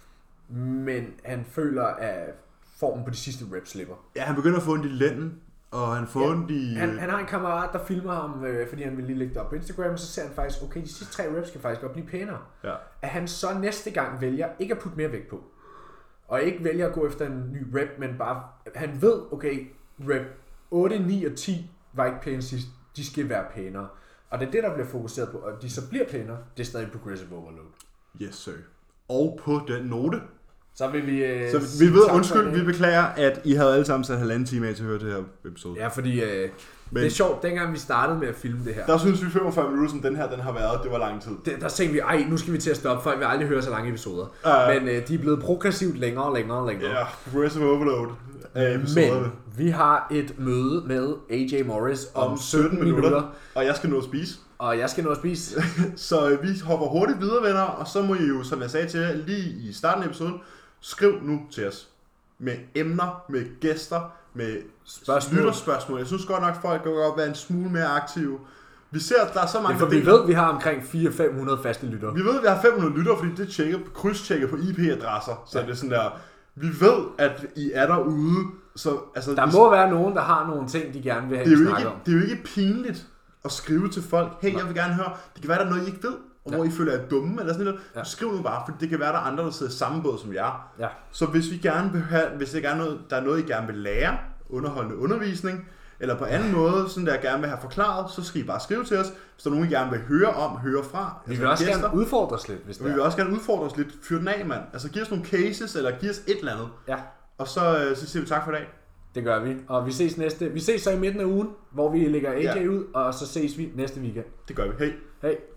Men han føler, at formen på de sidste reps slipper. Ja, han begynder at få ondt i lænden, og han får ondt i... Han, han har en kammerat, der filmer ham, øh, fordi han vil lige lægge det op på Instagram, og så ser han faktisk, okay, de sidste tre reps kan faktisk godt blive pænere. Ja. At han så næste gang vælger ikke at putte mere vægt på. Og ikke vælger at gå efter en ny rep, men bare, han ved, okay, rep otte, ni og ti var ikke pæne sidst, de skal være pænere. Og det er det, der bliver fokuseret på, og de så bliver pænere, det er stadig progressive overload. Yes, sir. Og på den note, så vil vi... Øh, så vi ved, undskyld, vi beklager, at I havde alle sammen sat halvanden time af til at høre det her episode. Ja, fordi øh, men, det er sjovt, dengang vi startede med at filme det her. Der synes vi femogfyrre minutter, som den her den har været, det var lang tid. Det, der tænkte vi, ej, nu skal vi til at stoppe, for vi vil aldrig høre så lange episoder. Uh, Men øh, de er blevet progressivt længere og længere og længere. Ja, yeah, progressive overload af episoderne. Men vi har et møde med A J Morris om, om sytten minutter. Og jeg skal nå at spise. Og jeg skal nå at spise. Så øh, vi hopper hurtigt videre, venner, og så må I jo, som jeg sagde til jer lige i starten af episoden, skriv nu til os med emner, med gæster, med spørgsmål. lytterspørgsmål. Jeg synes godt nok, at folk kan godt være en smule mere aktive. Vi ser, at der er så mange... Ja, for vi ved, at vi har omkring fire til fem hundrede faste lyttere. Vi ved, at vi har fem hundrede lyttere, fordi det tjekker, krydstjekker på I P-adresser. Så ja. Det er sådan der... Vi ved, at I er derude. Så, altså, der må være nogen, der har nogle ting, de gerne vil have, det vi snakker om. Det er jo ikke pinligt at skrive til folk, hey, jeg vil gerne høre, det kan være, der er noget, I ikke ved, og ja. Hvor I føler jer dumme, eller sådan noget. Ja. Skriv nu bare, for det kan være, der er andre, der sidder i samme båd som jer. Ja. Så hvis vi gerne vil have, hvis der er noget, der er noget, I gerne vil lære, underholdende undervisning, eller på anden måde, sådan der jeg gerne vil have forklaret, så skal I bare skrive til os. Hvis der er nogen, I gerne vil høre om, høre fra. Vi vil altså, også gæster, gerne udfordre os lidt, hvis det Vi vil også gerne udfordre os lidt. Fyr den af, mand. Altså giv os nogle cases, eller giv os et eller andet. Ja. Og så, så siger vi tak for i dag. Det gør vi. Og vi ses næste. Vi ses så i midten af ugen, hvor vi lægger A J ja. ud, og så ses vi næste weekend. Det gør vi. Hej. Hej.